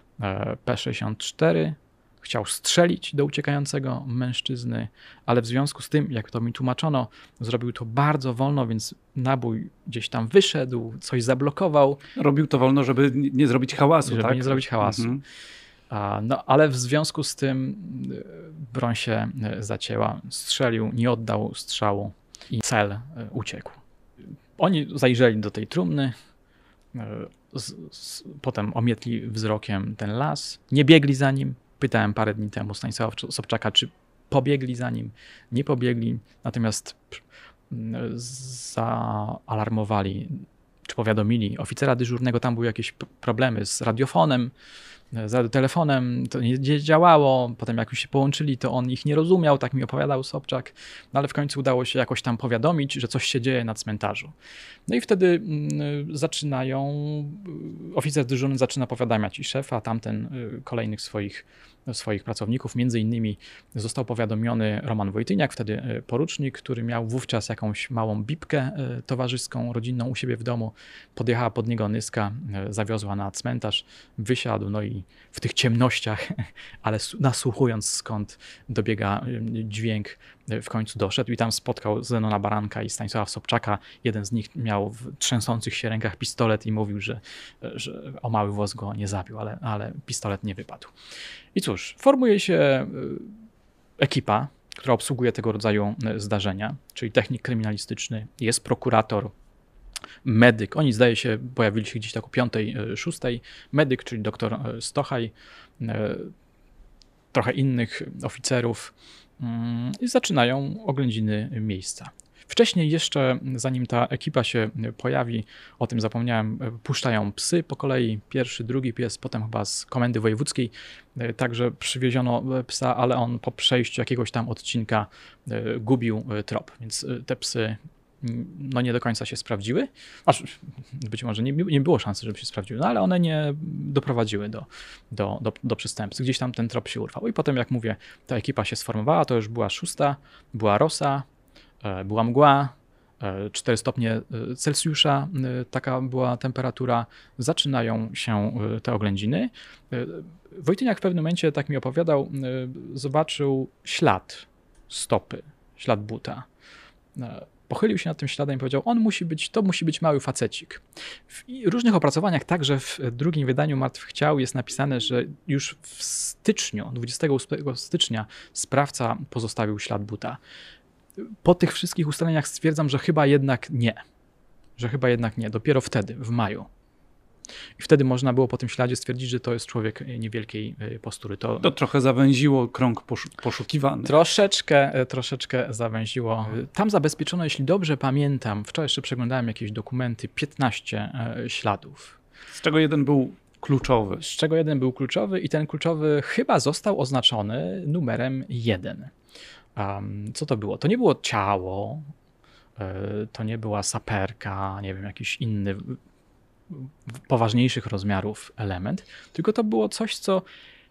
P64, chciał strzelić do uciekającego mężczyzny, ale w związku z tym, jak to mi tłumaczono, zrobił to bardzo wolno, więc nabój gdzieś tam wyszedł, coś zablokował. Robił to wolno, żeby nie zrobić hałasu, żeby tak? nie zrobić hałasu. Mhm. No, ale w związku z tym broń się zacięła, strzelił, nie oddał strzału i cel uciekł. Oni zajrzeli do tej trumny, potem omietli wzrokiem ten las, nie biegli za nim. Pytałem parę dni temu Stanisława Sobczaka, czy pobiegli za nim. Nie pobiegli, natomiast zaalarmowali, czy powiadomili oficera dyżurnego. Tam były jakieś problemy z radiofonem, z radiotelefonem, to nie działało. Potem jak już się połączyli, to on ich nie rozumiał, tak mi opowiadał Sobczak. No ale w końcu udało się jakoś tam powiadomić, że coś się dzieje na cmentarzu. No i wtedy oficer dyżurny zaczyna powiadamiać i szefa, a tamten kolejnych swoich pracowników. Między innymi został powiadomiony Roman Wojtyniak, wtedy porucznik, który miał wówczas jakąś małą bibkę towarzyską, rodzinną u siebie w domu. Podjechała pod niego Nyska, zawiozła na cmentarz, wysiadł, no i w tych ciemnościach, ale nasłuchując skąd dobiega dźwięk, w końcu doszedł i tam spotkał Zenona Baranka i Stanisława Sobczaka. Jeden z nich miał w trzęsących się rękach pistolet i mówił, że o mały włos go nie zabił, ale pistolet nie wypadł. I cóż, formuje się ekipa, która obsługuje tego rodzaju zdarzenia, czyli technik kryminalistyczny, jest prokurator, medyk. Oni, zdaje się, pojawili się gdzieś tak o 5, 6. Medyk, czyli doktor Stochaj, trochę innych oficerów i zaczynają oględziny miejsca. Wcześniej jeszcze, zanim ta ekipa się pojawi, o tym zapomniałem, puszczają psy po kolei. Pierwszy, drugi pies, potem chyba z komendy wojewódzkiej. Także przywieziono psa, ale on po przejściu jakiegoś tam odcinka gubił trop, więc te psy no nie do końca się sprawdziły. Być może nie było szansy, żeby się sprawdziły, no ale one nie doprowadziły do przestępstw. Gdzieś tam ten trop się urwał. I potem, jak mówię, ta ekipa się sformowała, to już była 6, była rosa, była mgła, 4 stopnie Celsjusza, taka była temperatura. Zaczynają się te oględziny. Wojtyniak w pewnym momencie, tak mi opowiadał, zobaczył ślad stopy, ślad buta. Pochylił się nad tym śladem i powiedział, to musi być mały facecik. W różnych opracowaniach, także w drugim wydaniu Martwych Ciał jest napisane, że już w styczniu, 28 stycznia sprawca pozostawił ślad buta. Po tych wszystkich ustaleniach stwierdzam, że chyba jednak nie. Dopiero wtedy, w maju. I wtedy można było po tym śladzie stwierdzić, że to jest człowiek niewielkiej postury. To trochę zawęziło krąg poszukiwany. Troszeczkę zawęziło. Tam zabezpieczono, jeśli dobrze pamiętam, wczoraj jeszcze przeglądałem jakieś dokumenty, 15 śladów. Z czego jeden był kluczowy. I ten kluczowy chyba został oznaczony numerem 1. Co to było? To nie było ciało, to nie była saperka, nie wiem, jakiś inny poważniejszych rozmiarów element, tylko to było coś, co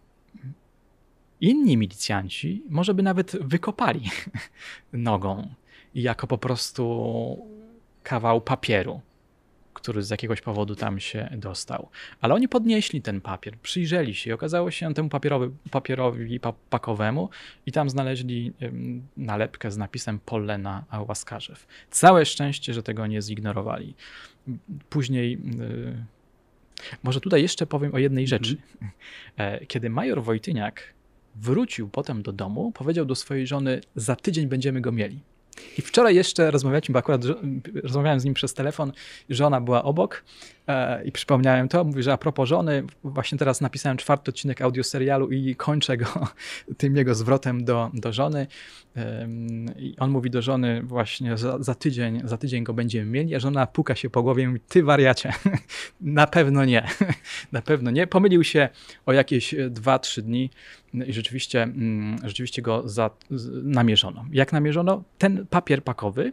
inni milicjanci może by nawet wykopali nogą i jako po prostu kawał papieru, który z jakiegoś powodu tam się dostał. Ale oni podnieśli ten papier, przyjrzeli się i okazało się temu papierowi pakowemu i tam znaleźli nalepkę z napisem Polena Łaskarzew. Całe szczęście, że tego nie zignorowali. Później... Może tutaj jeszcze powiem o jednej rzeczy. Kiedy major Wojtyniak wrócił potem do domu, powiedział do swojej żony, za tydzień będziemy go mieli. I wczoraj jeszcze rozmawialiśmy, bo akurat rozmawiałem z nim przez telefon, żona była obok i przypomniałem to, mówi, że a propos żony, właśnie teraz napisałem 4. odcinek audioserialu i kończę go tym jego zwrotem do żony. I on mówi do żony właśnie, za tydzień go będziemy mieli, a żona puka się po głowie i mówi, ty wariacie, na pewno nie, na pewno nie. Pomylił się o jakieś 2-3 dni i rzeczywiście go namierzono. Jak namierzono? Ten papier pakowy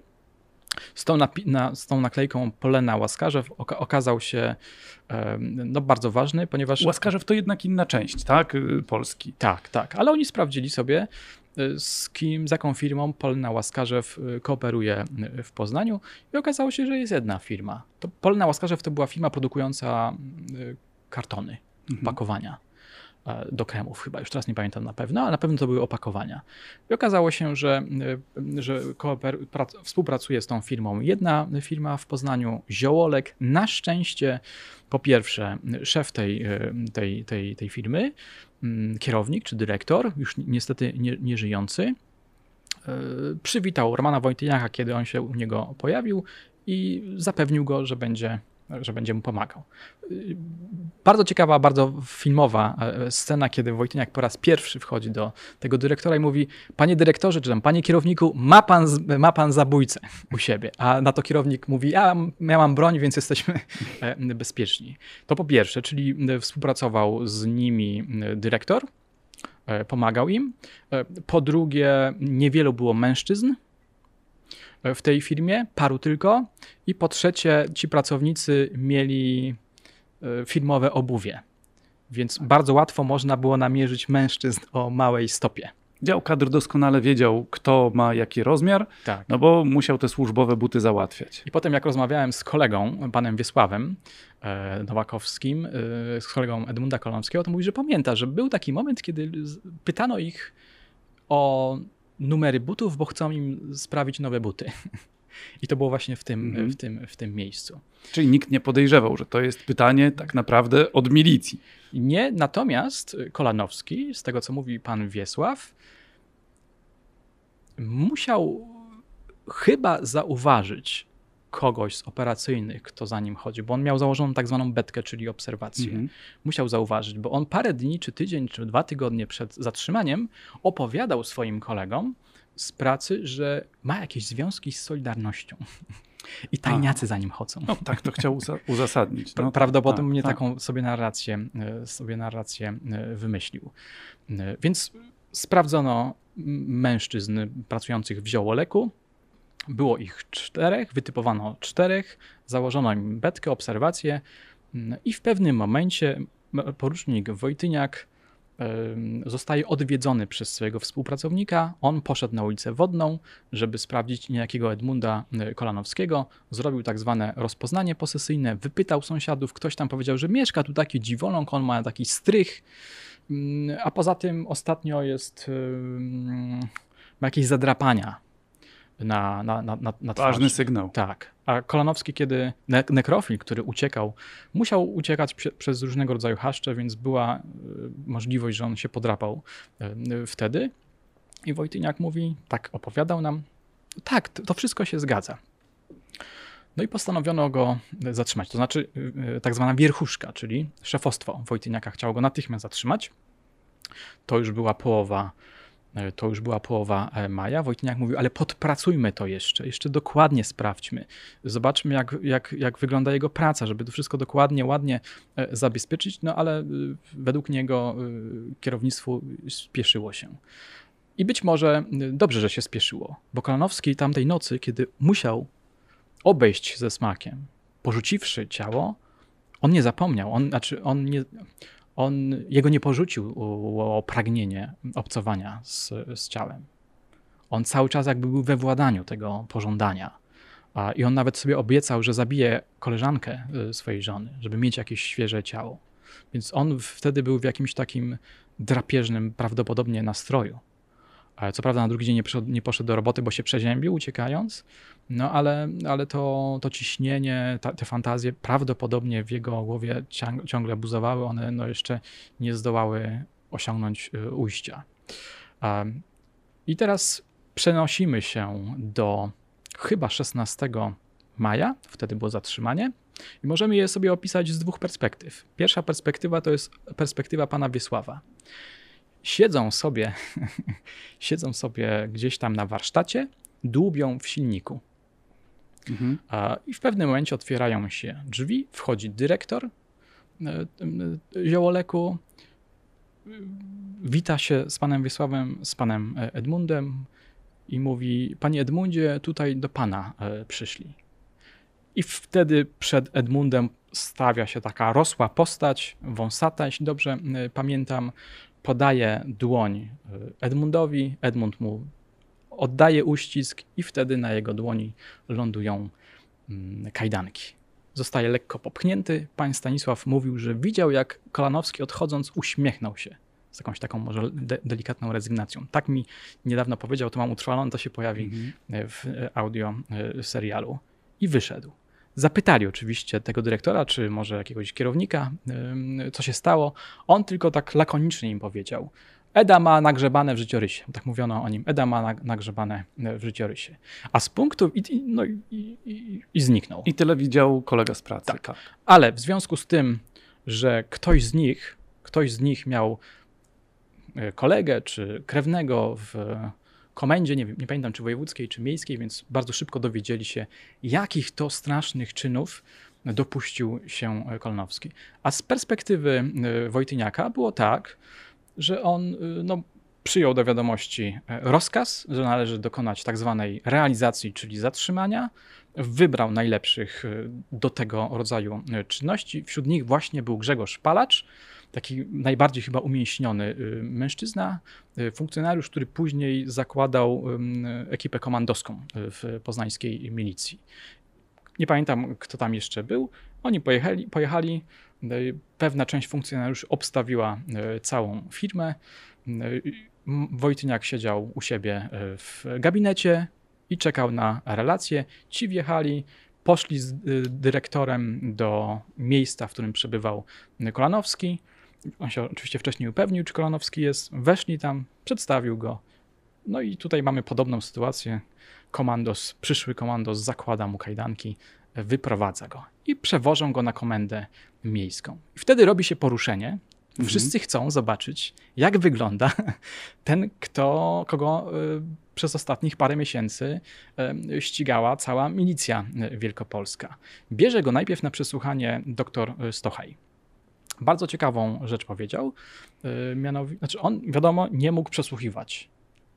z tą naklejką Polena Łaskarzew okazał się bardzo ważny, ponieważ... Łaskarzew to jednak inna część, tak? Polski. Tak, ale oni sprawdzili sobie, z jaką firmą Polena Łaskarzew kooperuje w Poznaniu i okazało się, że jest jedna firma. Polena Łaskarzew to była firma produkująca kartony, opakowania do kremów chyba, już teraz nie pamiętam na pewno, ale na pewno to były opakowania. I okazało się, że współpracuje z tą firmą jedna firma w Poznaniu, Ziołolek. Na szczęście, po pierwsze, szef tej firmy, kierownik czy dyrektor, już niestety nieżyjący, przywitał Romana Wojtyniaka, kiedy on się u niego pojawił i zapewnił go, że będzie mu pomagał. Bardzo ciekawa, bardzo filmowa scena, kiedy Wojtyniak po raz pierwszy wchodzi do tego dyrektora i mówi, panie dyrektorze, czy tam panie kierowniku, ma pan zabójcę u siebie. A na to kierownik mówi, ja mam broń, więc jesteśmy bezpieczni. To po pierwsze, czyli współpracował z nimi dyrektor, pomagał im. Po drugie, niewielu było mężczyzn w tej firmie, paru tylko. I po trzecie, ci pracownicy mieli firmowe obuwie, więc bardzo łatwo można było namierzyć mężczyzn o małej stopie. Dział kadr doskonale wiedział, kto ma jaki rozmiar, tak. No bo musiał te służbowe buty załatwiać. I potem jak rozmawiałem z kolegą, panem Wiesławem Nowakowskim, z kolegą Edmunda Kolanowskiego, to mówi, że pamięta, że był taki moment, kiedy pytano ich o numery butów, bo chcą im sprawić nowe buty. I to było właśnie w tym miejscu. Czyli nikt nie podejrzewał, że to jest pytanie tak naprawdę od milicji. Nie, natomiast Kolanowski, z tego co mówi pan Wiesław, musiał chyba zauważyć kogoś z operacyjnych, kto za nim chodzi, bo on miał założoną tak zwaną betkę, czyli obserwację. Musiał zauważyć, bo on parę dni, czy tydzień, czy 2 tygodnie przed zatrzymaniem opowiadał swoim kolegom z pracy, że ma jakieś związki z Solidarnością. I tajniacy za nim chodzą. No tak, to chciał uzasadnić. No, prawdopodobnie taką sobie narrację wymyślił. Więc sprawdzono mężczyzn pracujących w Ziołoleku. Było ich 4, wytypowano 4, założono im betkę, obserwację i w pewnym momencie porucznik Wojtyniak zostaje odwiedzony przez swojego współpracownika. On poszedł na ulicę Wodną, żeby sprawdzić niejakiego Edmunda Kolanowskiego. Zrobił tak zwane rozpoznanie posesyjne, wypytał sąsiadów. Ktoś tam powiedział, że mieszka tu taki dziwoląg, on ma taki strych, a poza tym ostatnio ma jakieś zadrapania na twarzy. Ważny sygnał. Tak. A Kolanowski, kiedy nekrofil, który uciekał, musiał uciekać przez różnego rodzaju chaszcze, więc była możliwość, że on się podrapał wtedy. I Wojtyniak mówi, tak opowiadał nam, tak, to wszystko się zgadza. No i postanowiono go zatrzymać. To znaczy tak zwana wierchuszka, czyli szefostwo Wojtyniaka chciało go natychmiast zatrzymać. To już była połowa maja. Wojtyniak mówił, ale podpracujmy to jeszcze dokładnie sprawdźmy. Zobaczmy, jak wygląda jego praca, żeby to wszystko dokładnie, ładnie zabezpieczyć, no ale według niego kierownictwu spieszyło się. I być może dobrze, że się spieszyło, bo Kolanowski tamtej nocy, kiedy musiał obejść ze smakiem, porzuciwszy ciało, on nie zapomniał, jego nie porzucił o pragnienie obcowania z ciałem. On cały czas jakby był we władaniu tego pożądania. I on nawet sobie obiecał, że zabije koleżankę swojej żony, żeby mieć jakieś świeże ciało. Więc on wtedy był w jakimś takim drapieżnym prawdopodobnie nastroju. Co prawda na drugi dzień nie poszedł do roboty, bo się przeziębił uciekając, no ale to ciśnienie, te fantazje prawdopodobnie w jego głowie ciągle buzowały, one no jeszcze nie zdołały osiągnąć ujścia. I teraz przenosimy się do chyba 16 maja, wtedy było zatrzymanie i możemy je sobie opisać z dwóch perspektyw. Pierwsza perspektywa to jest perspektywa pana Wiesława. Siedzą sobie gdzieś tam na warsztacie, dłubią w silniku. I w pewnym momencie otwierają się drzwi, wchodzi dyrektor Ziołoleku, wita się z panem Wiesławem, z panem Edmundem i mówi: panie Edmundzie, tutaj do pana przyszli. I wtedy przed Edmundem stawia się taka rosła postać, wąsata, jeśli dobrze pamiętam, podaje dłoń Edmundowi, Edmund mu oddaje uścisk i wtedy na jego dłoni lądują kajdanki. Zostaje lekko popchnięty. Pan Stanisław mówił, że widział, jak Kolanowski odchodząc uśmiechnął się z jakąś taką może delikatną rezygnacją. Tak mi niedawno powiedział, to mam utrwalone, to się pojawi w audio serialu. I wyszedł. Zapytali oczywiście tego dyrektora, czy może jakiegoś kierownika, co się stało. On tylko tak lakonicznie im powiedział: Eda ma nagrzebane w życiorysie. Tak mówiono o nim. Eda ma nagrzebane w życiorysie. A z punktu i zniknął. I tyle widział kolega z pracy. Tak. Ale w związku z tym, że ktoś z nich miał kolegę czy krewnego w komendzie, nie pamiętam czy wojewódzkiej, czy miejskiej, więc bardzo szybko dowiedzieli się, jakich to strasznych czynów dopuścił się Kolanowski. A z perspektywy Wojtyniaka było tak, że on przyjął do wiadomości rozkaz, że należy dokonać tak zwanej realizacji, czyli zatrzymania. Wybrał najlepszych do tego rodzaju czynności. Wśród nich właśnie był Grzegorz Palacz, taki najbardziej chyba umięśniony mężczyzna, funkcjonariusz, który później zakładał ekipę komandoską w poznańskiej milicji. Nie pamiętam, kto tam jeszcze był. Oni pojechali. Pewna część funkcjonariuszy obstawiła całą firmę. Wojtyniak siedział u siebie w gabinecie i czekał na relację. Ci wjechali, poszli z dyrektorem do miejsca, w którym przebywał Kolanowski. On się oczywiście wcześniej upewnił, czy Kolanowski jest. Weszli tam, przedstawił go. No i tutaj mamy podobną sytuację. Przyszły komandos zakłada mu kajdanki, wyprowadza go i przewożą go na komendę miejską. I wtedy robi się poruszenie. Wszyscy chcą zobaczyć, jak wygląda ten, kogo przez ostatnich parę miesięcy ścigała cała milicja wielkopolska. Bierze go najpierw na przesłuchanie dr Stochaj. Bardzo ciekawą rzecz powiedział. Znaczy on, wiadomo, nie mógł przesłuchiwać.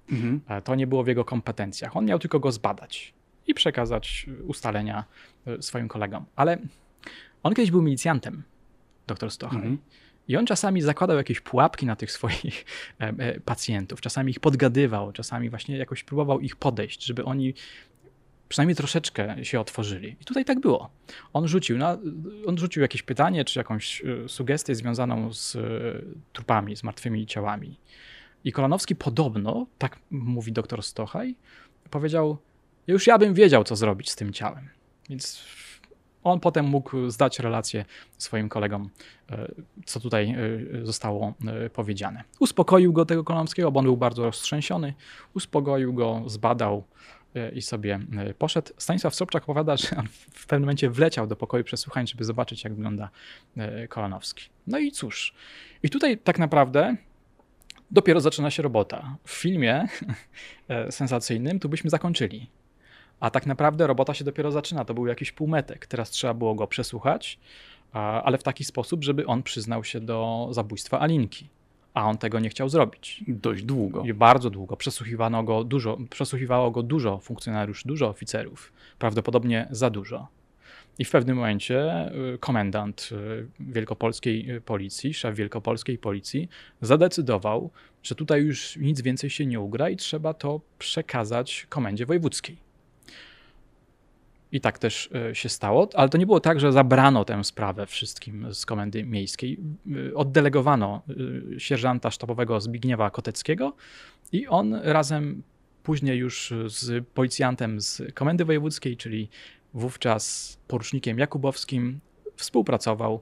To nie było w jego kompetencjach. On miał tylko go zbadać i przekazać ustalenia swoim kolegom. Ale on kiedyś był milicjantem, dr Stochaj. I on czasami zakładał jakieś pułapki na tych swoich pacjentów. Czasami ich podgadywał, czasami właśnie jakoś próbował ich podejść, żeby oni przynajmniej troszeczkę się otworzyli. I tutaj tak było. On rzucił jakieś pytanie, czy jakąś sugestię związaną z trupami, z martwymi ciałami. I Kolanowski podobno, tak mówi dr Stochaj, powiedział: już ja bym wiedział, co zrobić z tym ciałem. Więc on potem mógł zdać relację swoim kolegom, co tutaj zostało powiedziane. Uspokoił go tego Kolanowskiego, bo on był bardzo roztrzęsiony. Uspokoił go, zbadał i sobie poszedł. Stanisław Sobczak opowiada, że on w pewnym momencie wleciał do pokoju przesłuchań, żeby zobaczyć, jak wygląda Kolanowski. No i cóż. I tutaj tak naprawdę dopiero zaczyna się robota. W filmie sensacyjnym tu byśmy zakończyli. A tak naprawdę robota się dopiero zaczyna. To był jakiś półmetek. Teraz trzeba było go przesłuchać, ale w taki sposób, żeby on przyznał się do zabójstwa Alinki. A on tego nie chciał zrobić. Dość długo. I bardzo długo. Przesłuchiwało go dużo funkcjonariuszy, dużo oficerów. Prawdopodobnie za dużo. I w pewnym momencie komendant wielkopolskiej policji, szef wielkopolskiej policji zadecydował, że tutaj już nic więcej się nie ugra i trzeba to przekazać komendzie wojewódzkiej. I tak też się stało, ale to nie było tak, że zabrano tę sprawę wszystkim z Komendy Miejskiej. Oddelegowano sierżanta sztabowego Zbigniewa Koteckiego i on razem później już z policjantem z Komendy Wojewódzkiej, czyli wówczas porucznikiem Jakubowskim, współpracował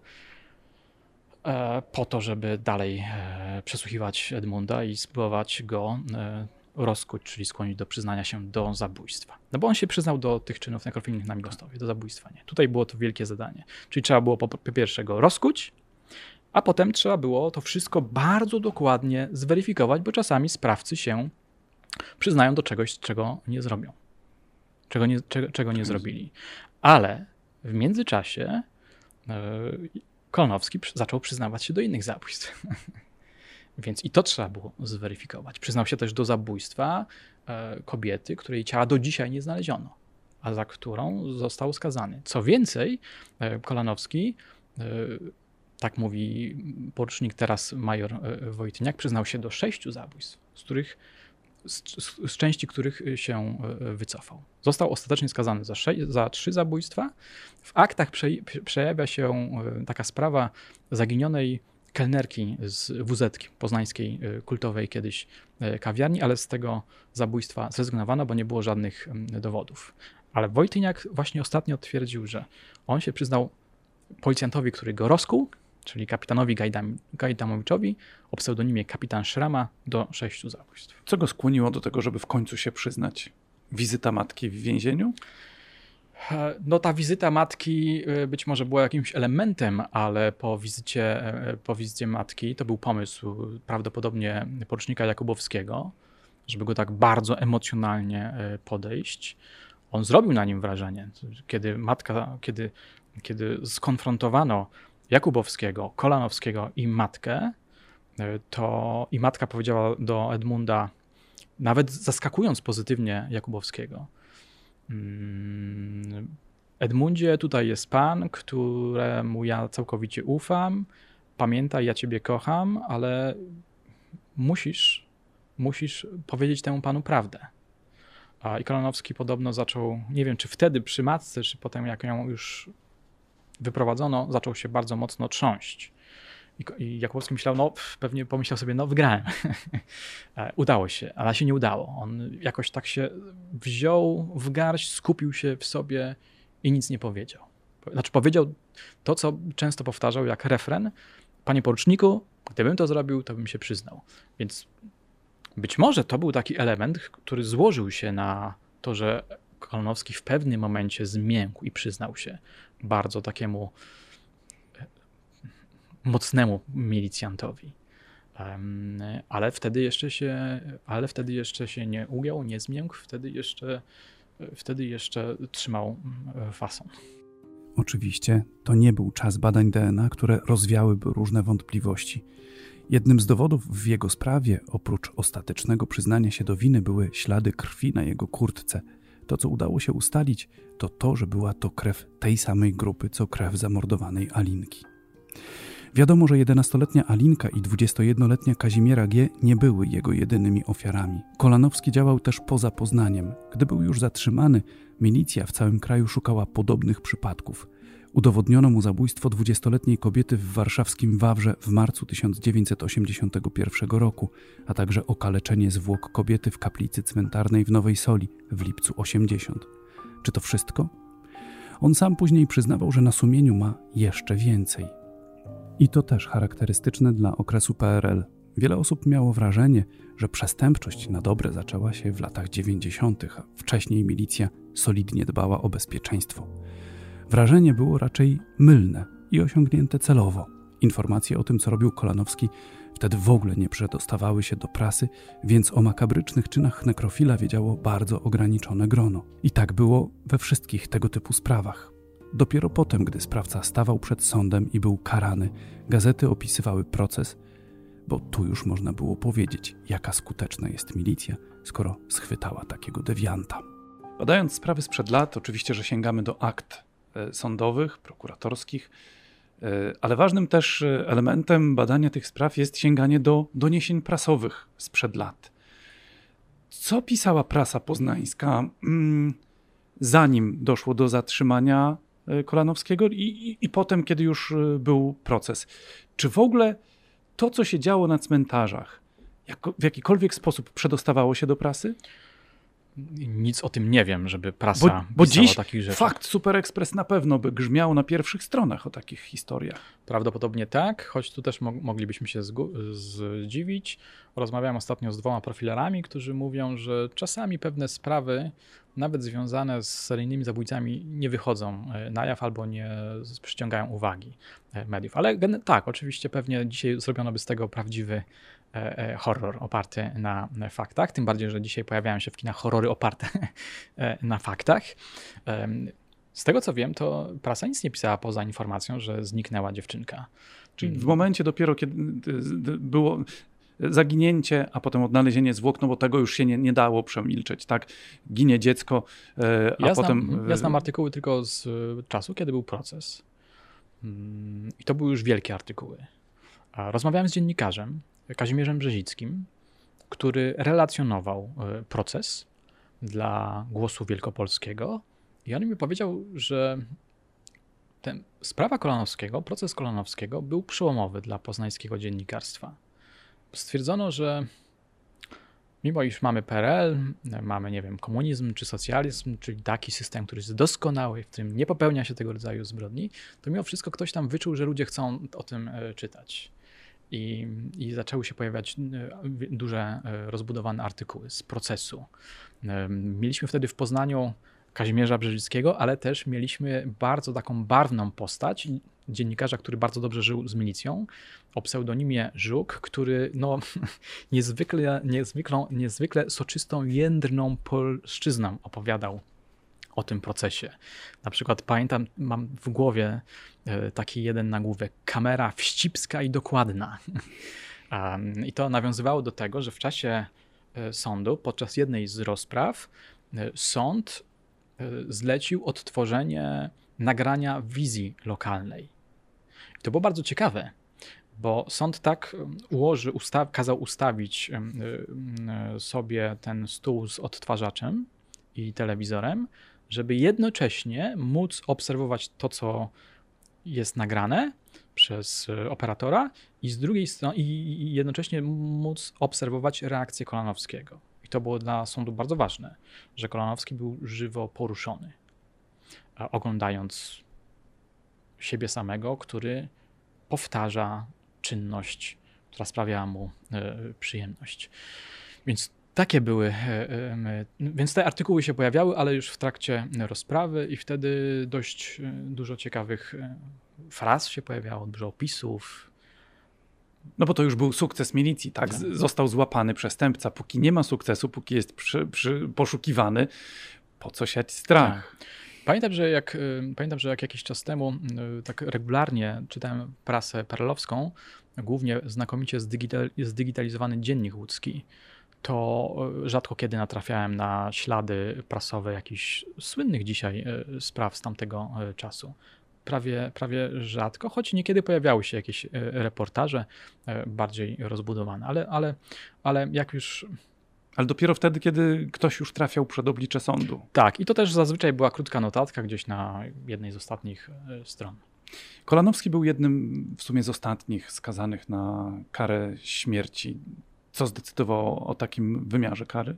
po to, żeby dalej przesłuchiwać Edmunda i spróbować go rozkuć, czyli skłonić do przyznania się do zabójstwa. No bo on się przyznał do tych czynów nekrofilnych na Miłostowie, do zabójstwa nie. Tutaj było to wielkie zadanie. Czyli trzeba było po pierwsze go rozkuć, a potem trzeba było to wszystko bardzo dokładnie zweryfikować, bo czasami sprawcy się przyznają do czegoś, czego nie zrobią. Czego nie zrobili. Ale w międzyczasie Kolanowski zaczął przyznawać się do innych zabójstw. Więc i to trzeba było zweryfikować. Przyznał się też do zabójstwa kobiety, której ciała do dzisiaj nie znaleziono, a za którą został skazany. Co więcej, Kolanowski, tak mówi porucznik teraz major Wojtyniak, przyznał się do 6 zabójstw, z części których się wycofał. Został ostatecznie skazany za 3 zabójstwa. W aktach przejawia się taka sprawa zaginionej kelnerki z WZ-ki poznańskiej, kultowej kiedyś kawiarni, ale z tego zabójstwa zrezygnowano, bo nie było żadnych dowodów. Ale Wojtyniak właśnie ostatnio twierdził, że on się przyznał policjantowi, który go rozkuł, czyli kapitanowi Gajdamowiczowi o pseudonimie kapitan Szrama, do 6 zabójstw. Co go skłoniło do tego, żeby w końcu się przyznać? Wizyta matki w więzieniu? No ta wizyta matki być może była jakimś elementem, ale po wizycie matki to był pomysł prawdopodobnie porucznika Jakubowskiego, żeby go tak bardzo emocjonalnie podejść. On zrobił na nim wrażenie. Kiedy skonfrontowano Jakubowskiego, Kolanowskiego i matkę, to i matka powiedziała do Edmunda, nawet zaskakując pozytywnie Jakubowskiego: Edmundzie, tutaj jest pan, któremu ja całkowicie ufam. Pamiętaj, ja ciebie kocham, ale musisz powiedzieć temu panu prawdę. I Kolanowski podobno zaczął, nie wiem czy wtedy przy matce, czy potem jak ją już wyprowadzono, zaczął się bardzo mocno trząść. I Jakubowski myślał, pewnie pomyślał sobie, wygrałem. Udało się, ale się nie udało. On jakoś tak się wziął w garść, skupił się w sobie i nic nie powiedział. Znaczy powiedział to, co często powtarzał jak refren: panie poruczniku, gdybym to zrobił, to bym się przyznał. Więc być może to był taki element, który złożył się na to, że Kolanowski w pewnym momencie zmiękł i przyznał się bardzo takiemu mocnemu milicjantowi. Ale wtedy jeszcze się nie ugiął, nie zmiękł, wtedy jeszcze trzymał fason. Oczywiście to nie był czas badań DNA, które rozwiałyby różne wątpliwości. Jednym z dowodów w jego sprawie, oprócz ostatecznego przyznania się do winy, były ślady krwi na jego kurtce. To, co udało się ustalić, to to, że była to krew tej samej grupy, co krew zamordowanej Alinki. Wiadomo, że 11-letnia Alinka i 21-letnia Kazimiera G. nie były jego jedynymi ofiarami. Kolanowski działał też poza Poznaniem. Gdy był już zatrzymany, milicja w całym kraju szukała podobnych przypadków. Udowodniono mu zabójstwo 20-letniej kobiety w warszawskim Wawrze w marcu 1981 roku, a także okaleczenie zwłok kobiety w kaplicy cmentarnej w Nowej Soli w lipcu 80. Czy to wszystko? On sam później przyznawał, że na sumieniu ma jeszcze więcej. I to też charakterystyczne dla okresu PRL. Wiele osób miało wrażenie, że przestępczość na dobre zaczęła się w latach 90., a wcześniej milicja solidnie dbała o bezpieczeństwo. Wrażenie było raczej mylne i osiągnięte celowo. Informacje o tym, co robił Kolanowski, wtedy w ogóle nie przedostawały się do prasy, więc o makabrycznych czynach nekrofila wiedziało bardzo ograniczone grono. I tak było we wszystkich tego typu sprawach. Dopiero potem, gdy sprawca stawał przed sądem i był karany, gazety opisywały proces, bo tu już można było powiedzieć, jaka skuteczna jest milicja, skoro schwytała takiego dewianta. Badając sprawy sprzed lat, oczywiście, że sięgamy do akt sądowych, prokuratorskich, ale ważnym też elementem badania tych spraw jest sięganie do doniesień prasowych sprzed lat. Co pisała prasa poznańska? zanim doszło do zatrzymania Kolanowskiego i potem, kiedy już był proces. Czy w ogóle to, co się działo na cmentarzach, w jakikolwiek sposób przedostawało się do prasy? Nic o tym nie wiem, żeby prasa bo pisała dziś o takich rzeczach. fakt Super Express na pewno by grzmiał na pierwszych stronach o takich historiach. Prawdopodobnie tak, choć tu też moglibyśmy się zdziwić. Rozmawiałem ostatnio z 2 profilerami, którzy mówią, że czasami pewne sprawy, nawet związane z seryjnymi zabójcami, nie wychodzą na jaw albo nie przyciągają uwagi mediów. Ale tak, oczywiście pewnie dzisiaj zrobiono by z tego prawdziwy horror oparty na faktach, tym bardziej, że dzisiaj pojawiają się w kinach horrory oparte na faktach. Z tego co wiem, to prasa nic nie pisała poza informacją, że zniknęła dziewczynka. Czyli w momencie dopiero, kiedy było zaginięcie, a potem odnalezienie zwłok, no bo tego już się nie dało przemilczeć, tak? Ginie dziecko, potem... Ja znam artykuły tylko z czasu, kiedy był proces. I to były już wielkie artykuły. Rozmawiałem z dziennikarzem, Kazimierzem Brzezickim, który relacjonował proces dla Głosu Wielkopolskiego i on mi powiedział, że sprawa Kolanowskiego, proces Kolanowskiego był przełomowy dla poznańskiego dziennikarstwa. Stwierdzono, że mimo iż mamy PRL, mamy, nie wiem, komunizm czy socjalizm, czyli taki system, który jest doskonały, w którym nie popełnia się tego rodzaju zbrodni, to mimo wszystko ktoś tam wyczuł, że ludzie chcą o tym czytać. I zaczęły się pojawiać duże, rozbudowane artykuły z procesu. Mieliśmy wtedy w Poznaniu Kazimierza Brzezickiego, ale też mieliśmy bardzo taką barwną postać dziennikarza, który bardzo dobrze żył z milicją, o pseudonimie Żuk, który no, niezwykle soczystą, jędrną polszczyzną opowiadał o tym procesie. Na przykład pamiętam, mam w głowie taki jeden nagłówek: kamera wścibska i dokładna. I to nawiązywało do tego, że w czasie sądu, podczas jednej z rozpraw, sąd zlecił odtworzenie nagrania wizji lokalnej. I to było bardzo ciekawe, bo sąd tak kazał ustawić sobie ten stół z odtwarzaczem i telewizorem, żeby jednocześnie móc obserwować to, co jest nagrane przez operatora i z drugiej strony i jednocześnie móc obserwować reakcję Kolanowskiego. I to było dla sądu bardzo ważne, że Kolanowski był żywo poruszony, oglądając siebie samego, który powtarza czynność, która sprawiała mu przyjemność. Więc takie były, więc te artykuły się pojawiały, ale już w trakcie rozprawy i wtedy dość dużo ciekawych fraz się pojawiało, dużo opisów. No bo to już był sukces milicji, tak? Został złapany przestępca. Póki nie ma sukcesu, póki jest poszukiwany, po co siać strach? Tak. Pamiętam, że jak jakiś czas temu tak regularnie czytałem prasę perelowską, głównie znakomicie zdigitalizowany Dziennik Łódzki, to rzadko kiedy natrafiałem na ślady prasowe jakichś słynnych dzisiaj spraw z tamtego czasu. Prawie rzadko, choć niekiedy pojawiały się jakieś reportaże bardziej rozbudowane, ale jak już... Ale dopiero wtedy, kiedy ktoś już trafiał przed oblicze sądu. Tak, i to też zazwyczaj była krótka notatka gdzieś na jednej z ostatnich stron. Kolanowski był jednym w sumie z ostatnich skazanych na karę śmierci. Co zdecydowało o takim wymiarze kary?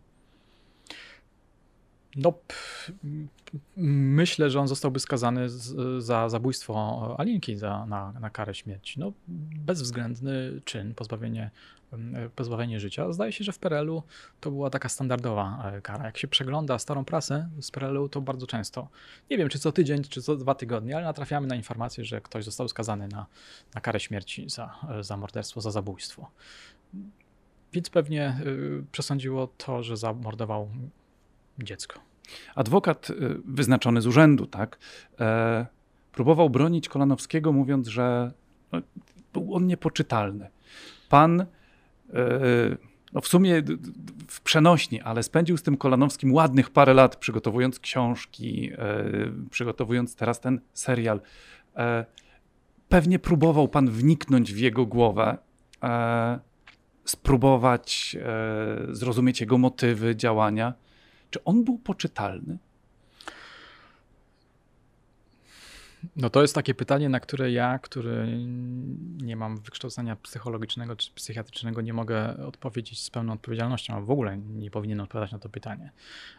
No, myślę, że on zostałby skazany za zabójstwo Alinki na karę śmierci. No, bezwzględny czyn, pozbawienie życia. Zdaje się, że w PRL-u to była taka standardowa kara. Jak się przegląda starą prasę z PRL-u, to bardzo często, nie wiem czy co tydzień, czy co 2 tygodnie, ale natrafiamy na informację, że ktoś został skazany na karę śmierci za morderstwo, za zabójstwo. Więc pewnie przesądziło to, że zamordował dziecko. Adwokat wyznaczony z urzędu, tak, próbował bronić Kolanowskiego, mówiąc, że był on niepoczytalny. Pan w sumie w przenośni, ale spędził z tym Kolanowskim ładnych parę lat, przygotowując książki, przygotowując teraz ten serial. Pewnie próbował pan wniknąć w jego głowę, spróbować zrozumieć jego motywy działania. Czy on był poczytalny? No to jest takie pytanie, na które ja, który nie mam wykształcenia psychologicznego czy psychiatrycznego, nie mogę odpowiedzieć z pełną odpowiedzialnością, a w ogóle nie powinien odpowiadać na to pytanie.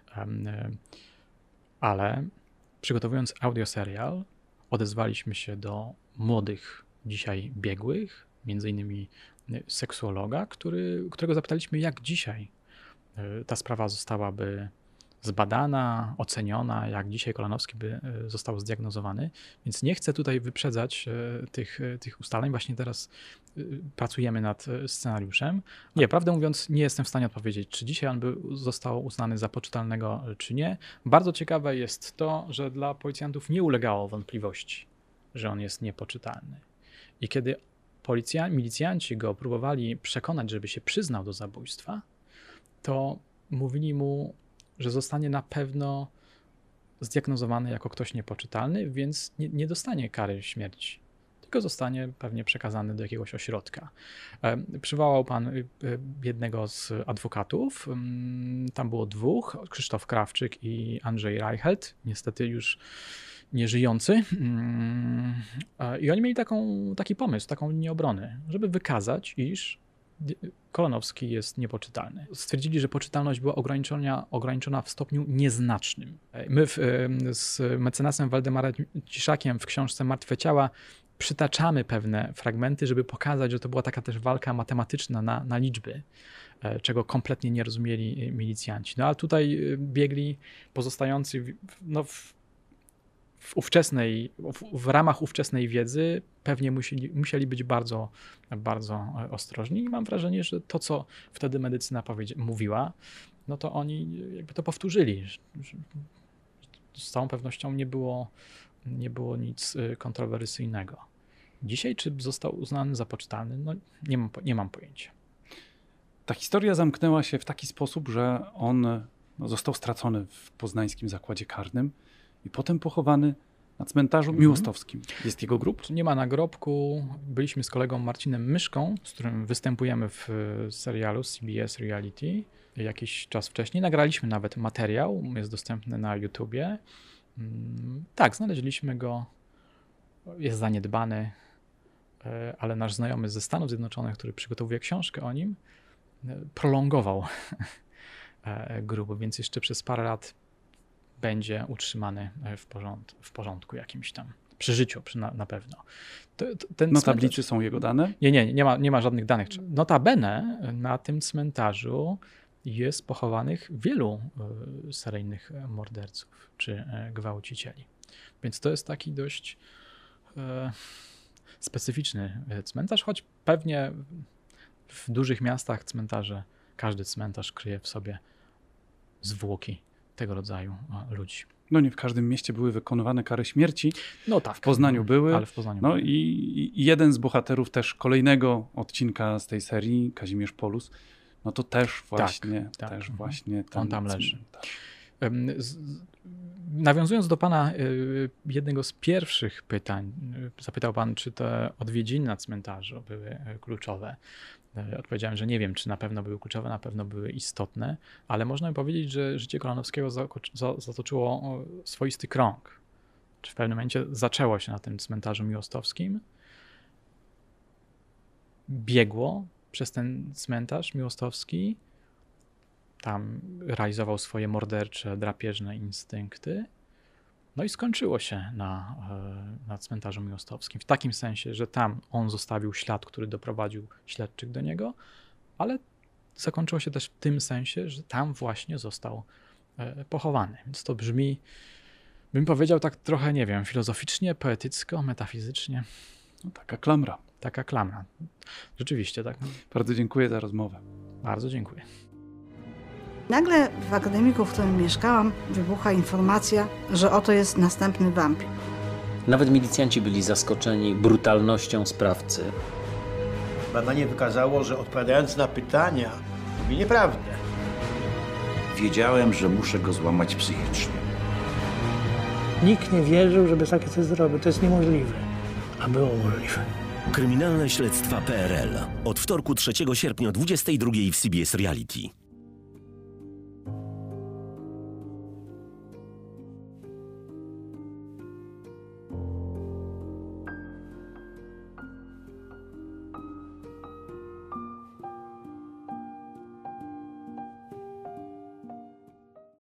Ale przygotowując audioserial, odezwaliśmy się do młodych dzisiaj biegłych, między innymi seksuologa, którego zapytaliśmy, jak dzisiaj ta sprawa zostałaby zbadana, oceniona, jak dzisiaj Kolanowski by został zdiagnozowany. Więc nie chcę tutaj wyprzedzać tych ustaleń. Właśnie teraz pracujemy nad scenariuszem. Nie, prawdę mówiąc, nie jestem w stanie odpowiedzieć, czy dzisiaj on by został uznany za poczytalnego, czy nie. Bardzo ciekawe jest to, że dla policjantów nie ulegało wątpliwości, że on jest niepoczytalny. I kiedy milicjanci go próbowali przekonać, żeby się przyznał do zabójstwa, to mówili mu, że zostanie na pewno zdiagnozowany jako ktoś niepoczytalny, więc nie dostanie kary śmierci, tylko zostanie pewnie przekazany do jakiegoś ośrodka. Przywołał pan jednego z adwokatów, tam było dwóch, Krzysztof Krawczyk i Andrzej Reichelt, niestety już nieżyjący. I oni mieli taki pomysł, taką linię obrony, żeby wykazać, iż Kolanowski jest niepoczytalny. Stwierdzili, że poczytalność była ograniczona w stopniu nieznacznym. My z mecenasem Waldemarem Ciszakiem w książce Martwe ciała przytaczamy pewne fragmenty, żeby pokazać, że to była taka też walka matematyczna na liczby, czego kompletnie nie rozumieli milicjanci. No a tutaj biegli pozostający w ramach ówczesnej wiedzy pewnie musieli być bardzo, bardzo ostrożni i mam wrażenie, że to, co wtedy medycyna mówiła, no to oni jakby to powtórzyli. Z całą pewnością nie było nic kontrowersyjnego. Dzisiaj, czy został uznany za poczytalny? No nie mam pojęcia. Ta historia zamknęła się w taki sposób, że on został stracony w poznańskim zakładzie karnym i potem pochowany na cmentarzu miłostowskim. Jest jego grób? Nie ma nagrobku. Byliśmy z kolegą Marcinem Myszką, z którym występujemy w serialu CBS Reality jakiś czas wcześniej. Nagraliśmy nawet materiał, jest dostępny na YouTubie. Tak, znaleźliśmy go. Jest zaniedbany, ale nasz znajomy ze Stanów Zjednoczonych, który przygotowuje książkę o nim, prolongował grób, więc jeszcze przez parę lat będzie utrzymany w porządku jakimś tam. Przy życiu na pewno. Na tablicy są jego dane? Nie ma żadnych danych. Notabene na tym cmentarzu jest pochowanych wielu seryjnych morderców czy gwałcicieli. Więc to jest taki dość specyficzny cmentarz, choć pewnie w dużych miastach każdy cmentarz kryje w sobie zwłoki tego rodzaju ludzi. No nie w każdym mieście były wykonywane kary śmierci. No tak. W Poznaniu były. Ale w Poznaniu były. I jeden z bohaterów też kolejnego odcinka z tej serii, Kazimierz Polus, no to też właśnie, on tam leży. Nawiązując do pana jednego z pierwszych pytań, zapytał pan, czy te odwiedziny na cmentarzu były kluczowe. Odpowiedziałem, że nie wiem, czy na pewno były kluczowe, na pewno były istotne, ale można by powiedzieć, że życie Kolanowskiego zatoczyło swoisty krąg. Czy w pewnym momencie zaczęło się na tym cmentarzu miłostowskim, biegło przez ten cmentarz miłostowski, tam realizował swoje mordercze, drapieżne instynkty, no i skończyło się na cmentarzu miłostowskim. W takim sensie, że tam on zostawił ślad, który doprowadził śledczych do niego, ale zakończyło się też w tym sensie, że tam właśnie został pochowany. Więc to brzmi, bym powiedział tak trochę, nie wiem, filozoficznie, poetycko, metafizycznie. No, taka klamra. Taka klamra. Rzeczywiście tak. Bardzo dziękuję za rozmowę. Bardzo dziękuję. Nagle w akademiku, w którym mieszkałam, wybucha informacja, że oto jest następny wampir. Nawet milicjanci byli zaskoczeni brutalnością sprawcy. Badanie wykazało, że odpowiadając na pytania, mówi nieprawdę. Wiedziałem, że muszę go złamać psychicznie. Nikt nie wierzył, żeby takie coś zrobił. To jest niemożliwe. A było możliwe. Kryminalne śledztwa PRL. Od wtorku 3 sierpnia o 22:00 w CBS Reality.